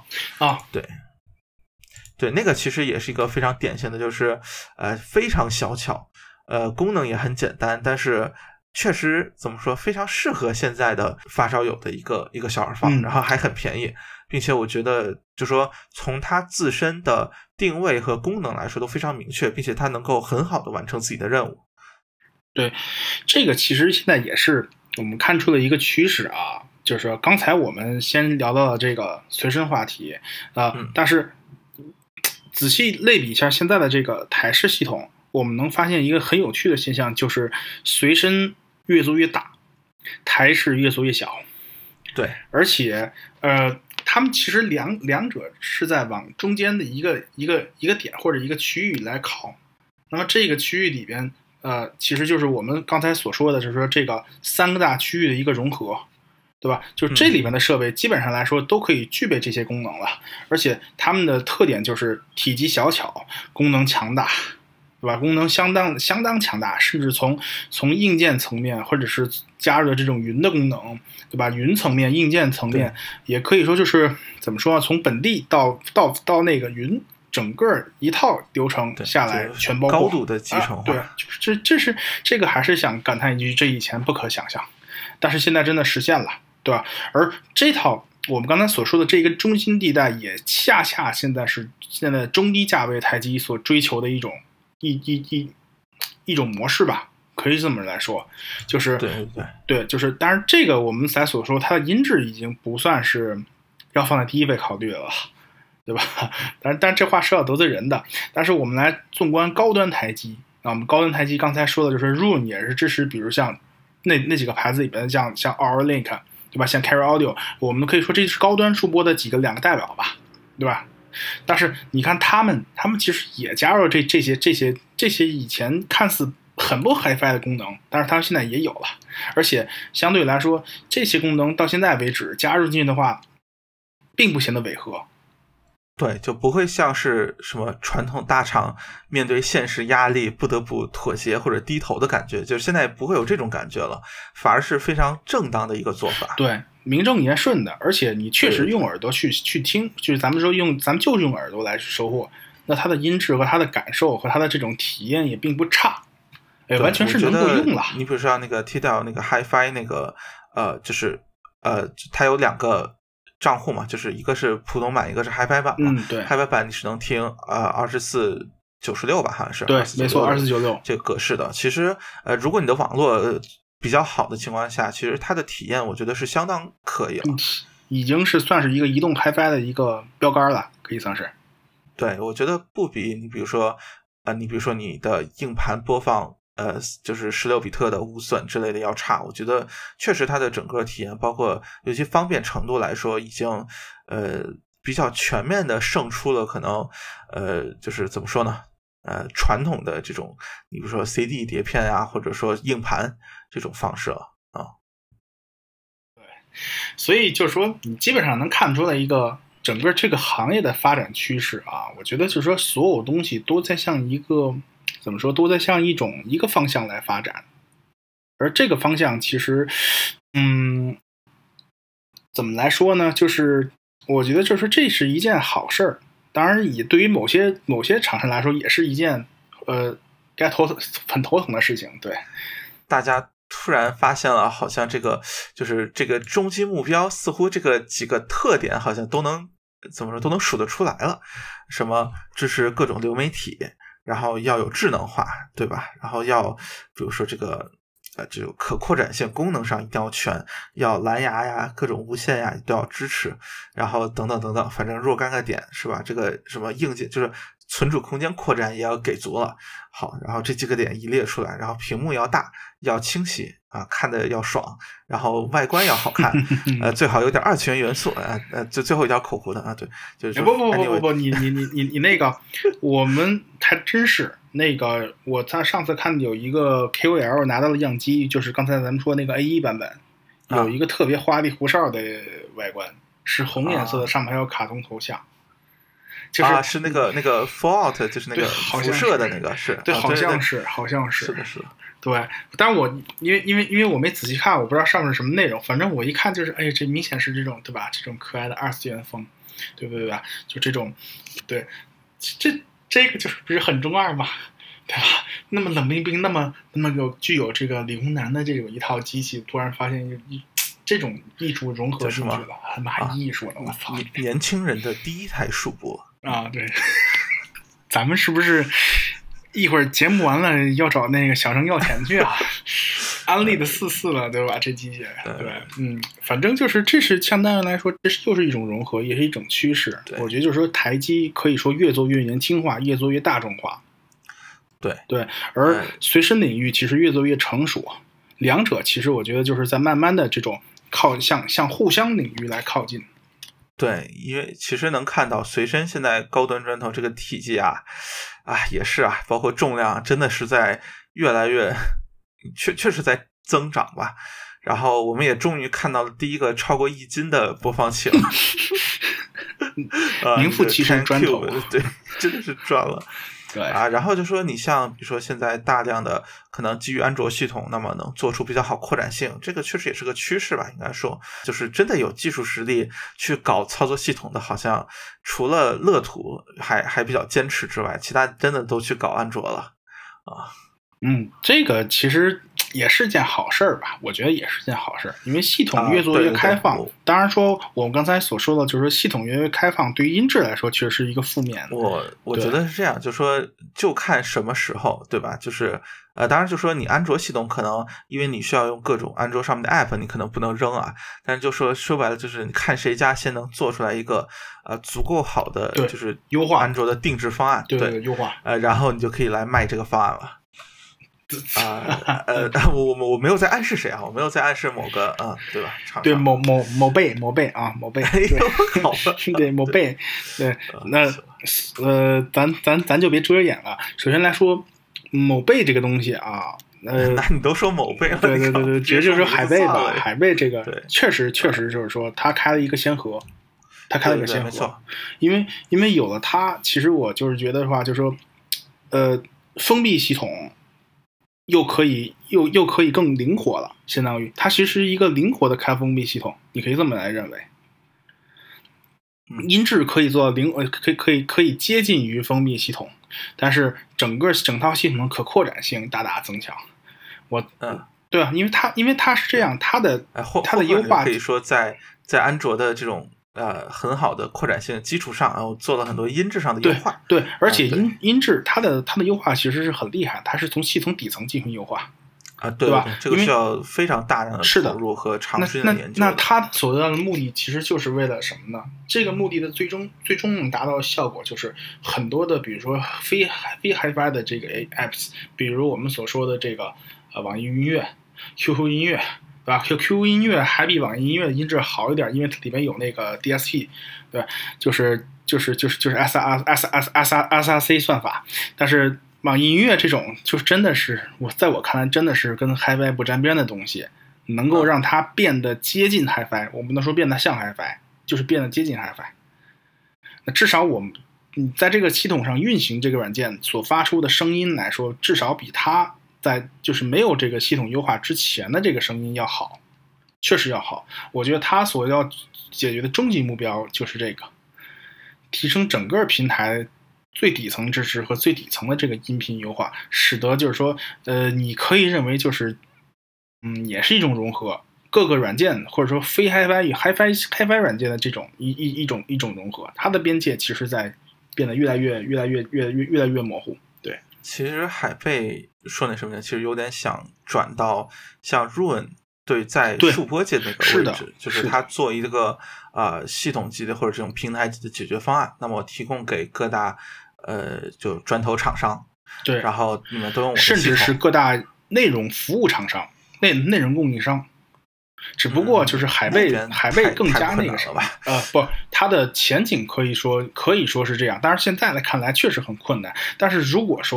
对，那个其实也是一个非常典型的，就是非常小巧，功能也很简单，但是确实怎么说非常适合现在的发烧友的一个小耳放，然后还很便宜，并且我觉得就说从它自身的定位和功能来说都非常明确，并且它能够很好的完成自己的任务。 对，这个其实现在也是我们看出了一个趋势啊，就是刚才我们先聊到了这个随身话题但是仔细类比一下现在的这个台式系统，我们能发现一个很有趣的现象，就是随身越做越大，台式越做越小。 对， 而且他们其实两者是在往中间的一个点或者一个区域来靠。那么这个区域里边其实就是我们刚才所说的，就是说这个3个大区域的一个融合，对吧？就是这里面的设备基本上来说都可以具备这些功能了，而且它们的特点就是体积小巧，功能强大，对吧？功能相当强大，甚至从硬件层面，或者是加入了这种云的功能，对吧？云层面、硬件层面，也可以说就是怎么说呢？从本地到那个云，整个一套流程下来全包括高度的集成化。 对，就是这个还是想感叹一句，这以前不可想象，但是现在真的实现了，对吧？而这套我们刚才所说的这个中心地带，也恰恰现在中低价位台机所追求的一种模式吧，可以这么来说，就是对，就是当然这个我们才所说，它的音质已经不算是要放在第一位考虑了，对吧？但这话是要得罪人的。但是我们来纵观高端台机我们高端台机刚才说的就是 Roon 也是支持，比如像那几个牌子里边的像 Auralink， 对吧？像 Carry Audio， 我们可以说这是高端数播的两个代表吧，对吧？但是你看他们其实也加入了这些以前看似很不 HiFi 的功能，但是他们现在也有了，而且相对来说这些功能到现在为止加入进去的话，并不显得违和。 对，就不会像是什么传统大厂面对现实压力不得不妥协或者低头的感觉，就是现在不会有这种感觉了，反而是非常正当的一个做法。 对，名正言顺的，而且你确实用耳朵去听，就是咱们就是用耳朵来收获，那它的音质和它的感受和它的这种体验也并不差，完全是能够用了。 你比如说那个 TDL 那个 HiFi 那个就是它有2个账户嘛，就是一个是普通版，一个是 HiFi 版嘛。 对 HiFi 版你是能听2496吧，好像是。 对，没错，2496 这个格式的。其实如果你的网络比较好的情况下，其实它的体验我觉得是相当可以了， 已经是算是一个移动 HiFi 的一个标杆了，可以算是。 对，我觉得不比你比如说你的硬盘播放就是16比特的无损之类的要差，我觉得确实它的整个体验，包括尤其方便程度来说，已经比较全面的胜出了可能就是怎么说呢？传统的这种，你比如说 CD 碟片啊，或者说硬盘这种方式了啊。 对，所以就是说，你基本上能看出来一个整个这个行业的发展趋势啊。我觉得就是说，所有东西都在向一个怎么说，都在向一个方向来发展，而这个方向其实，怎么来说呢？就是我觉得就是这是一件好事儿。当然，也对于某些厂商来说，也是一件该很头疼的事情。对， 大家突然发现了，好像就是这个终极目标，似乎这个几个特点好像都能怎么说都能数得出来了。什么支持各种流媒体，然后要有智能化，对吧？然后要比如说这个这种可扩展性功能上一定要全，要蓝牙呀，各种无线呀都要支持，然后等等等等，反正若干个点是吧？这个什么硬件就是存储空间扩展也要给足了。好，然后这几个点一列出来，然后屏幕要大，要清晰啊，看的要爽，然后外观要好看，最好有点二次元元素，最后一条口胡的啊，对，就是不，你那个，我们还真是那个，我在上次看有一个 KOL 拿到了样机，就是刚才咱们说那个 A1 版本，有一个特别花里胡哨的外观，是红颜色的，上面还有卡通头像。 是那个 Fallout， 就是那个辐射的那个，是对，好像是， 是的， 对。但我因为我没仔细看，我不知道上面是什么内容，反正我一看就是，这明显是这种，对吧？这种可爱的二次元风，对不对吧？就这种，对，这个就是不是很中二嘛，对吧？那么冷冰冰，那么具有这个理工男的这种一套机器，突然发现这种艺术融合进去了，还蛮艺术的，我操！ 年轻人的第一台数播啊，对，咱们是不是一会儿节目完了要找那个小生要钱去啊？安利的44了，对吧？这机械，对，反正就是这是相当于来说，这又是一种融合，也是一种趋势。我觉得就是说，台机可以说越做越年轻化，越做越大众化。对，而随身领域其实越做越成熟，两者其实我觉得就是在慢慢的这种向互相领域来靠近。 对，因为其实能看到随身现在高端砖头这个体积也是包括重量真的是在越来越确实在增长吧。然后我们也终于看到了第一个超过1斤的播放器了， 名副其实砖头， 对，真的是赚了。 对然后就说你像比如说现在大量的可能基于安卓系统，那么能做出比较好扩展性，这个确实也是个趋势吧。应该说就是真的有技术实力去搞操作系统的，好像除了乐图还比较坚持之外，其他真的都去搞安卓了这个其实也是件好事吧，我觉得也是件好事，因为系统越做越开放。 对， 当然说我们刚才所说的就是说系统越来越开放，对于音质来说确实是一个负面的。 我觉得是这样，就说就看什么时候，对吧？就是当然就说你安卓系统可能因为你需要用各种安卓上面的 app， 你可能不能扔但是就说白了就是你看谁家先能做出来一个足够好的就是优化安卓的定制方案， 对优化然后你就可以来卖这个方案了。我没有在暗示谁我没有在暗示某个对吧？ 对某贝好吧， 对某贝，对，那咱就别遮掩了。首先来说，某贝这个东西那你都说某贝了， 对，直接就说海贝吧。海贝这个确实就是说，他开了一个先河， 没错。 因为有了它，其实我就是觉得的话，就是说，封闭系统。又可以更灵活了，相当于它其实是一个灵活的开封闭系统，你可以这么来认为。音质可以做到可以接近于封闭系统，但是整套系统的可扩展性大大增强。对啊，因为它是这样，它的优化可以说在安卓的这种很好的扩展性基础上，然后做了很多音质上的优化。 对，而且音质它的优化其实是很厉害，它是从系统底层进行优化对吧？ 这个需要非常大量的投入和长时间的研究。 那它所得到的目的其实就是为了什么呢？这个目的的最终能达到的效果就是很多的，比如说非 HiFi 的这个 apps， 比如我们所说的这个网易云音乐、QQ 音乐。对吧 ？QQ 音乐还比网易音乐的音质好一点，因为它里面有那个 DSP， 对，就是 SRC 算法。但是网易音乐这种，就真的是在我看来，真的是跟 HiFi 不沾边的东西，能够让它变得接近 HiFi， 我不能说变得像 HiFi， 就是变得接近 HiFi。那至少你在这个系统上运行这个软件所发出的声音来说，至少比它在就是没有这个系统优化之前的这个声音要好，确实要好。我觉得它所要解决的终极目标就是这个，提升整个平台最底层支持和最底层的这个音频优化，使得就是说，你可以认为就是，也是一种融合各个软件或者说非 HiFi 与 HiFi 软件的这种一种融合，它的边界其实在变得越来越模糊。对。 其实海贝说那什么呢？其实有点想转到像 Roon 在数播界那个位置，就是它做一个系统级的或者这种平台级的解决方案，那么提供给各大就砖头厂商， 对， 然后你们都用我的甚至是各大内容服务厂商、内容供应商。只不过就是海贝更加那个什么不，它的前景可以说是这样，但是现在来看来确实很困难。但是如果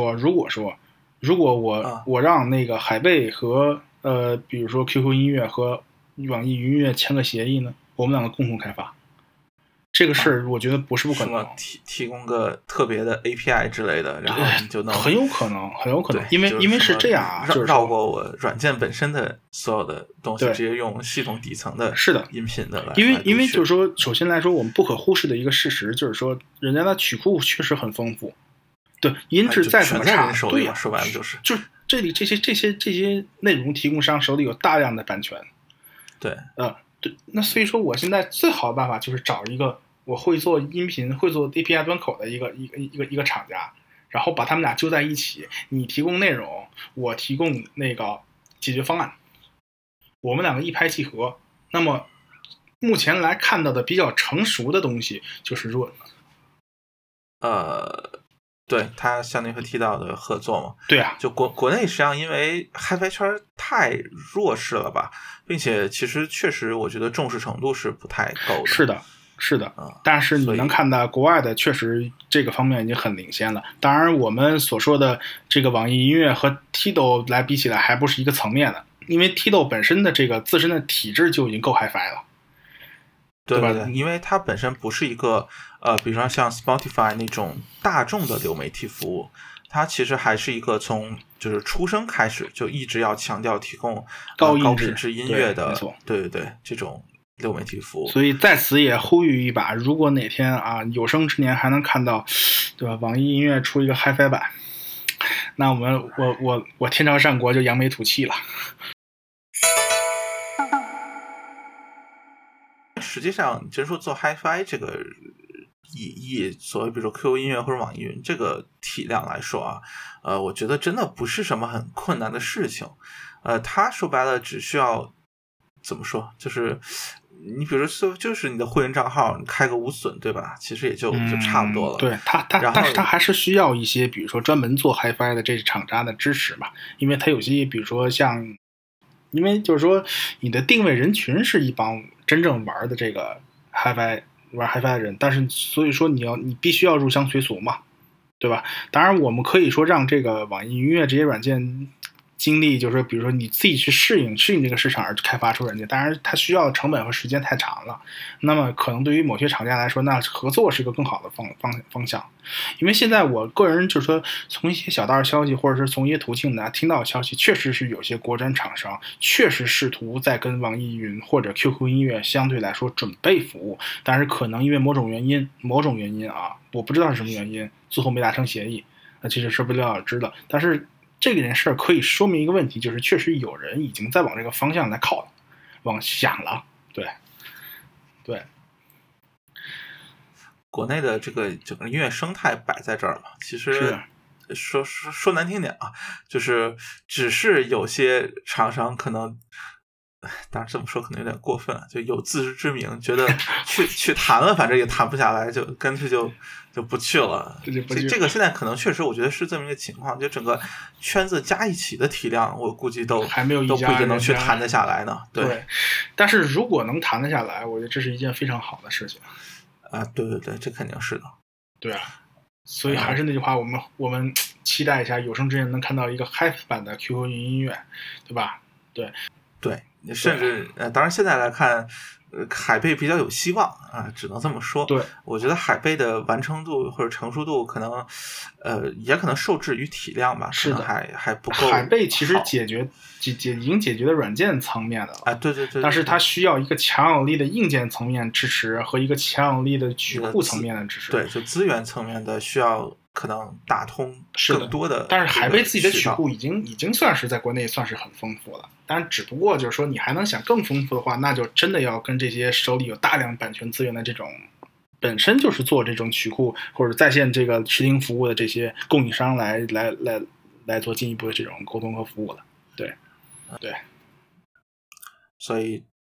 我让那个海贝和比如说 QQ 音乐和网易云音乐签个协议呢，我们两个共同开发。这个事儿我觉得不是不可能， 提供个特别的 API 之类的，然后你就能很有可能，因为是这样啊，就是绕过我软件本身的所有的东西，直接用系统底层的音频的来。 因为就是说，首先来说，我们不可忽视的一个事实就是说，人家的曲库确实很丰富，对，音质再怎么差，对呀， 说白了就是这里这些内容提供商手里有大量的版权， 对， 对，那所以说我现在最好的办法就是找一个我会做音频、会做 API 端口的一个厂家，然后把他们俩揪在一起，你提供内容，我提供那个解决方案，我们两个一拍即合。那么目前来看到的比较成熟的东西就是Roon。 对，他相当于会提到的合作嘛， 对啊， 就国内实际上因为 HiFi 圈太弱势了吧，并且其实确实我觉得重视程度是不太够的。 是的，但是你能看到国外的确实这个方面已经很领先了。当然，我们所说的这个网易音乐和 Tidal 来比起来还不是一个层面的，因为 Tidal 本身的这个自身的体制就已经够 HiFi 了。 对吧？因为它本身不是一个比如说像 Spotify 那种大众的流媒体服务，它其实还是一个从就是出生开始就一直要强调提供高品质音乐的，对这种流媒体服务。 所以在此也呼吁一把，如果哪天啊有生之年还能看到，对吧？网易音乐出一个 HiFi 版，那我天朝战国就扬眉吐气了。 实际上，真说做 HiFi 这个以所谓比如说 QQ 音乐或者网易云这个体量来说啊，我觉得真的不是什么很困难的事情。它说白了只需要怎么说，就是你比如说就是你的会员账号你开个无损，对吧？其实也就差不多了。 对但是它还是需要一些比如说专门做 HiFi 的这些厂家的支持嘛，因为它有些比如说像。因为就是说，你的定位人群是一帮真正玩的这个 HiFi 玩 HiFi 的人，但是所以说你必须要入乡随俗嘛，对吧？当然，我们可以说让这个网易云音乐这些软件经历，就是说，比如说你自己去适应这个市场而开发出软件，当然它需要的成本和时间太长了。那么可能对于某些厂家来说，那合作是一个更好的方向。因为现在我个人就是说，从一些小道消息或者是从一些途径呢听到消息，确实是有些国产厂商确实试图在跟网易云或者 QQ 音乐相对来说准备服务，但是可能因为某种原因啊，我不知道是什么原因，最后没达成协议，那其实是不了了之的。但是这件事可以说明一个问题，就是确实有人已经在往这个方向来靠了，往想了，对。 国内的这个整个音乐生态摆在这儿嘛，其实说难听点啊，就是只是有些厂商可能，当然这么说可能有点过分，就有自知之明，觉得去谈了，反正也谈不下来，就干脆就不去了。这个现在可能确实我觉得是这么一个情况，就整个圈子加一起的体量，我估计都还没有都不一定能去谈得下来呢。对， 但是如果能谈得下来，我觉得这是一件非常好的事情。 啊，对，这肯定是的。 对啊，所以还是那句话，我们期待一下有生之年能看到一个 HiFi 版的 QQ 云音乐，对吧？对， 甚至当然现在来看，海贝比较有希望啊，只能这么说。 对， 我觉得海贝的完成度或者成熟度可能，也可能受制于体量吧， 是的， 还不够。 海贝其实已经解决了软件层面的了啊，对， 但是它需要一个强有力的硬件层面支持和一个强有力的曲库层面的支持。 对，就资源层面的需要可能打通更多的。 但是海贝自己的曲库已经算是在国内算是很丰富了，当然只不过就是说你还能想更丰富的话，那就真的要跟这些手里有大量版权资源的这种本身就是做这种曲库或者在线这个视听服务的这些供应商来做进一步的这种沟通和服务了。对， 所以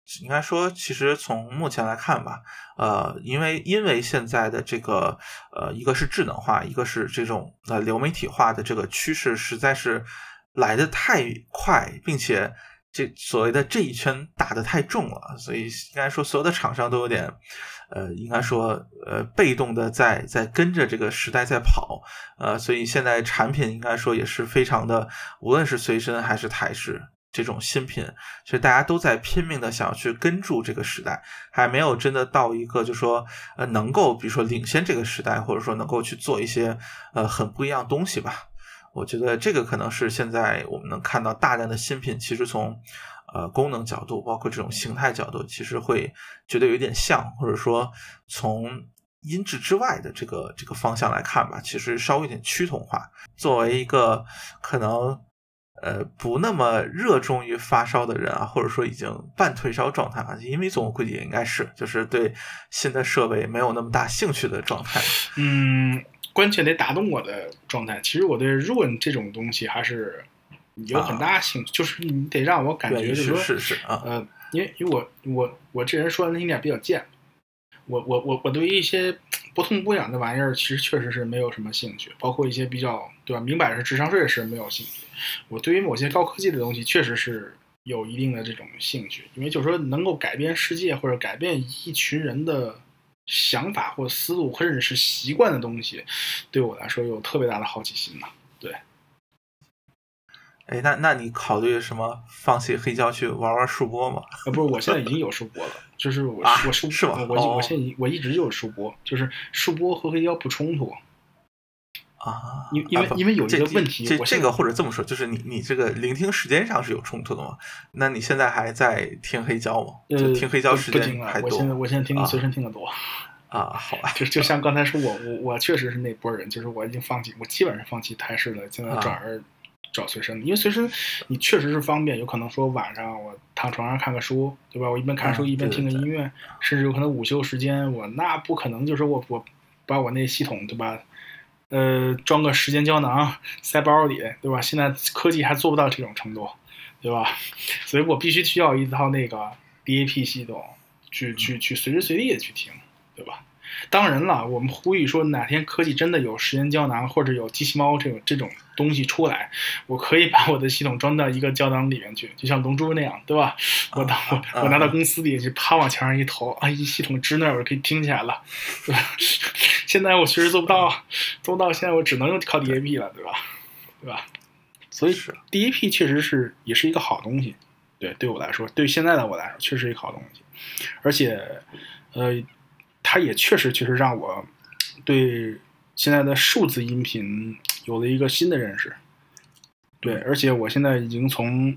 应该说，其实从目前来看吧，因为现在的这个一个是智能化，一个是这种流媒体化的这个趋势实在是来得太快，并且这所谓的这一圈打得太重了，所以应该说所有的厂商都有点应该说被动的在跟着这个时代在跑，所以现在产品应该说也是非常的，无论是随身还是台式这种新品，其实大家都在拼命的想要去跟住这个时代，还没有真的到一个就说能够比如说领先这个时代，或者说能够去做一些很不一样的东西吧。我觉得这个可能是现在我们能看到大量的新品，其实从功能角度，包括这种形态角度，其实会觉得有点像，或者说从音质之外的这个方向来看吧，其实稍微有点趋同化。作为一个可能不那么热衷于发烧的人啊，或者说已经半退烧状态啊，因为总估计也应该是就是对新的设备没有那么大兴趣的状态。 关键得打动我的状态。其实我对 Roon 这种东西还是有很大兴趣，就是你得让我感觉就是说是因为我这人说的那一点比较贱，我对于一些不痛不痒的玩意儿，其实确实是没有什么兴趣，包括一些比较对吧，明摆着智商税是没有兴趣。我对于某些高科技的东西，确实是有一定的这种兴趣，因为就是说能够改变世界或者改变一群人的想法或思路，或者是习惯的东西，对我来说有特别大的好奇心呢。对。 那你考虑什么放弃黑胶去玩数播吗？ 不是，我现在已经有数播了，就是我数是吗？ 我现在我一直就有数播，就是数播和黑胶不冲突啊。 因为有一个问题， 这个或者这么说，就是你这个聆听时间上是有冲突的吗？那你现在还在听黑胶吗？就听黑胶时间还多？ 我现在听随身听的多啊。好吧， 就像刚才说我确实是那波人，就是我已经我基本上放弃台式了，现在转而找随身，因为随身你确实是方便，有可能说晚上我躺床上看个书，对吧？我一边看书一边听个音乐，甚至有可能午休时间，我那不可能就是我把我那系统对吧，装个时间胶囊塞包里，对吧？现在科技还做不到这种程度，对吧？所以我必须需要一套那个 DAP 系统去随时随地的去听，对吧？当然了，我们呼吁说哪天科技真的有时间胶囊或者有机器猫这种东西出来，我可以把我的系统装到一个胶囊里面去，就像龙珠那样，对吧？我拿到公司里去，啪往墙上一投，一系统支那儿我可以听起来了，对吧？现在我确实做不到，现在我只能用靠 DAP 了，对吧？所以 DAP 确实也是一个好东西，对我来说，对现在的我来说，确实是一个好东西，而且它也确实让我对现在的数字音频有了一个新的认识。对，而且我现在已经从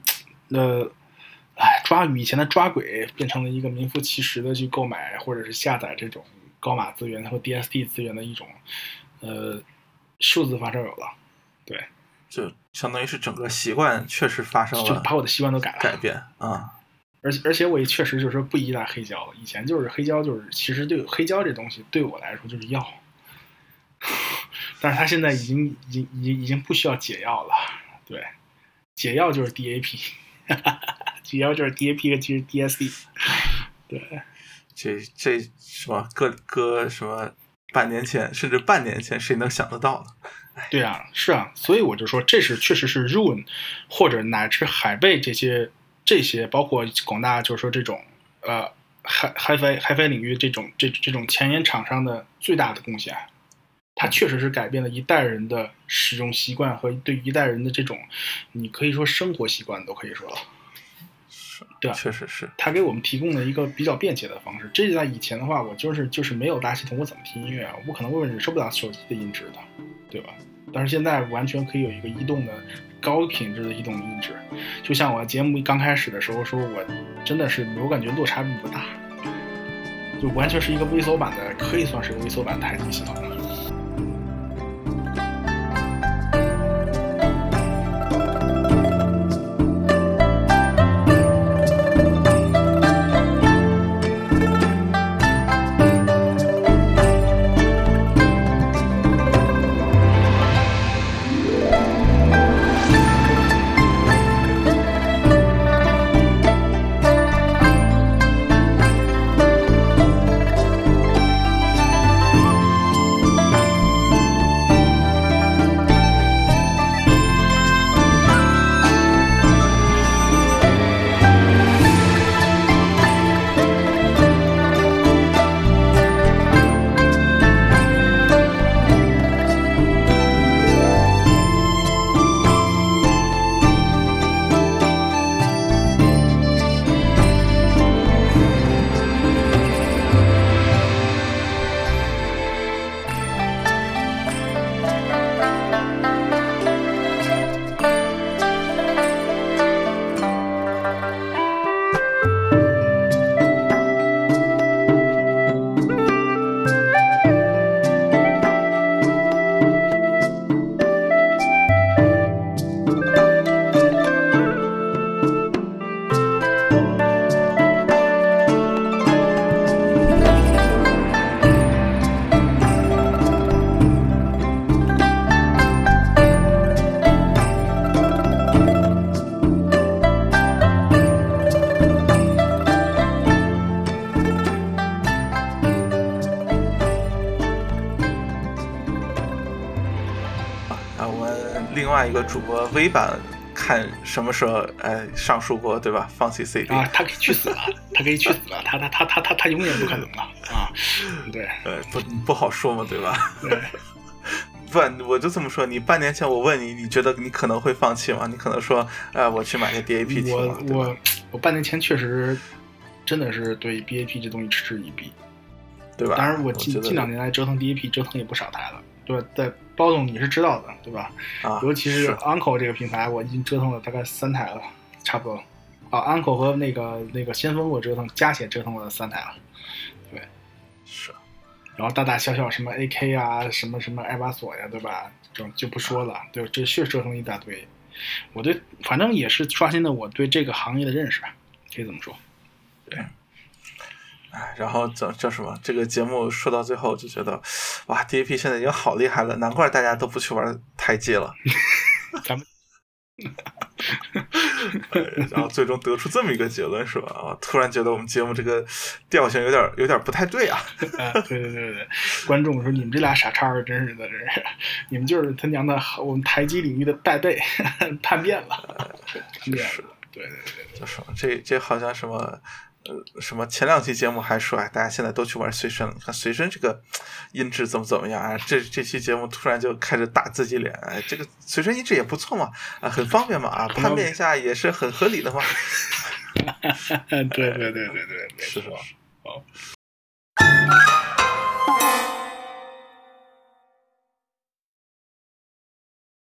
以前的抓鬼变成了一个名副其实的去购买或者是下载这种高码资源和 DSD 资源的一种数字发烧友了。对， 就相当于是整个习惯确实发生了， 就把我的习惯都改变啊。 而且我也确实就是不依赖黑胶了。以前就是黑胶，就是其实对黑胶这东西对我来说就是药，但是它现在已经不需要解药了。对，解药就是 DAP， 解药就是 DAP 和其实 DSD。对， 这什么搁什么半年前甚至半年前谁能想得到呢？ 对啊，是啊，所以我就说这确实是 Roon 或者乃至海贝这些包括广大就是说这种HiFi 领域这种前沿厂商的最大的贡献，它确实是改变了一代人的使用习惯和对一代人的这种你可以说生活习惯都可以说了，对吧？ 确实是， 它给我们提供了一个比较便捷的方式。这在以前的话，我就是没有大系统，我怎么听音乐啊？我可能会忍受不了手机的音质的，对吧？但是现在完全可以有一个移动的高品质的移动音质，就像我节目刚开始的时候说，我真的是我感觉落差并不大，就完全是一个微缩版的，可以算是个微缩版的台机系统。 一个主播微版看什么时候上述过对吧？放弃 CD 啊，他可以去死了，他可以去死了，他永远不可能了啊！对， 不好说嘛，对吧？ 对。 不，我就这么说。你半年前我问你，你觉得你可能会放弃吗？你可能说，我去买个 DAP 听了。 我半年前确实真的是对 BAP 这东西嗤之以鼻， 对吧？ 当然，我近2年来折腾 DAP 折腾也不少台了，对吧？在包总你是知道的，对吧？ 啊， 尤其是 Uncle 这个品牌，我已经折腾了大概3台了，差不多。啊 ，Uncle 和那个先锋我加起来折腾了3台了，对， 是。 然后大大小小什么 AK 啊，什么艾巴索呀，对吧？这种就不说了，对，这是折腾一大堆。我对，反正也是刷新了我对这个行业的认识吧，可以这么说。对。 然后叫什么？这个节目说到最后就觉得，哇 ，DAP 现在已经好厉害了，难怪大家都不去玩台机了。 咱们。 然后最终得出这么一个结论是吧？啊，突然觉得我们节目这个调性有点不太对啊。 对，观众说你们这俩傻叉真是的，这是你们就是他娘的我们台机领域的败类，叛变了，叛变了。对， 就说这好像什么前2期节目还说大家现在都去玩随身了，你看随身这个音质怎么样啊？这期节目突然就开始打自己脸，这个随身音质也不错嘛，很方便嘛，叛变一下也是很合理的嘛。 对， 是吧？ 好。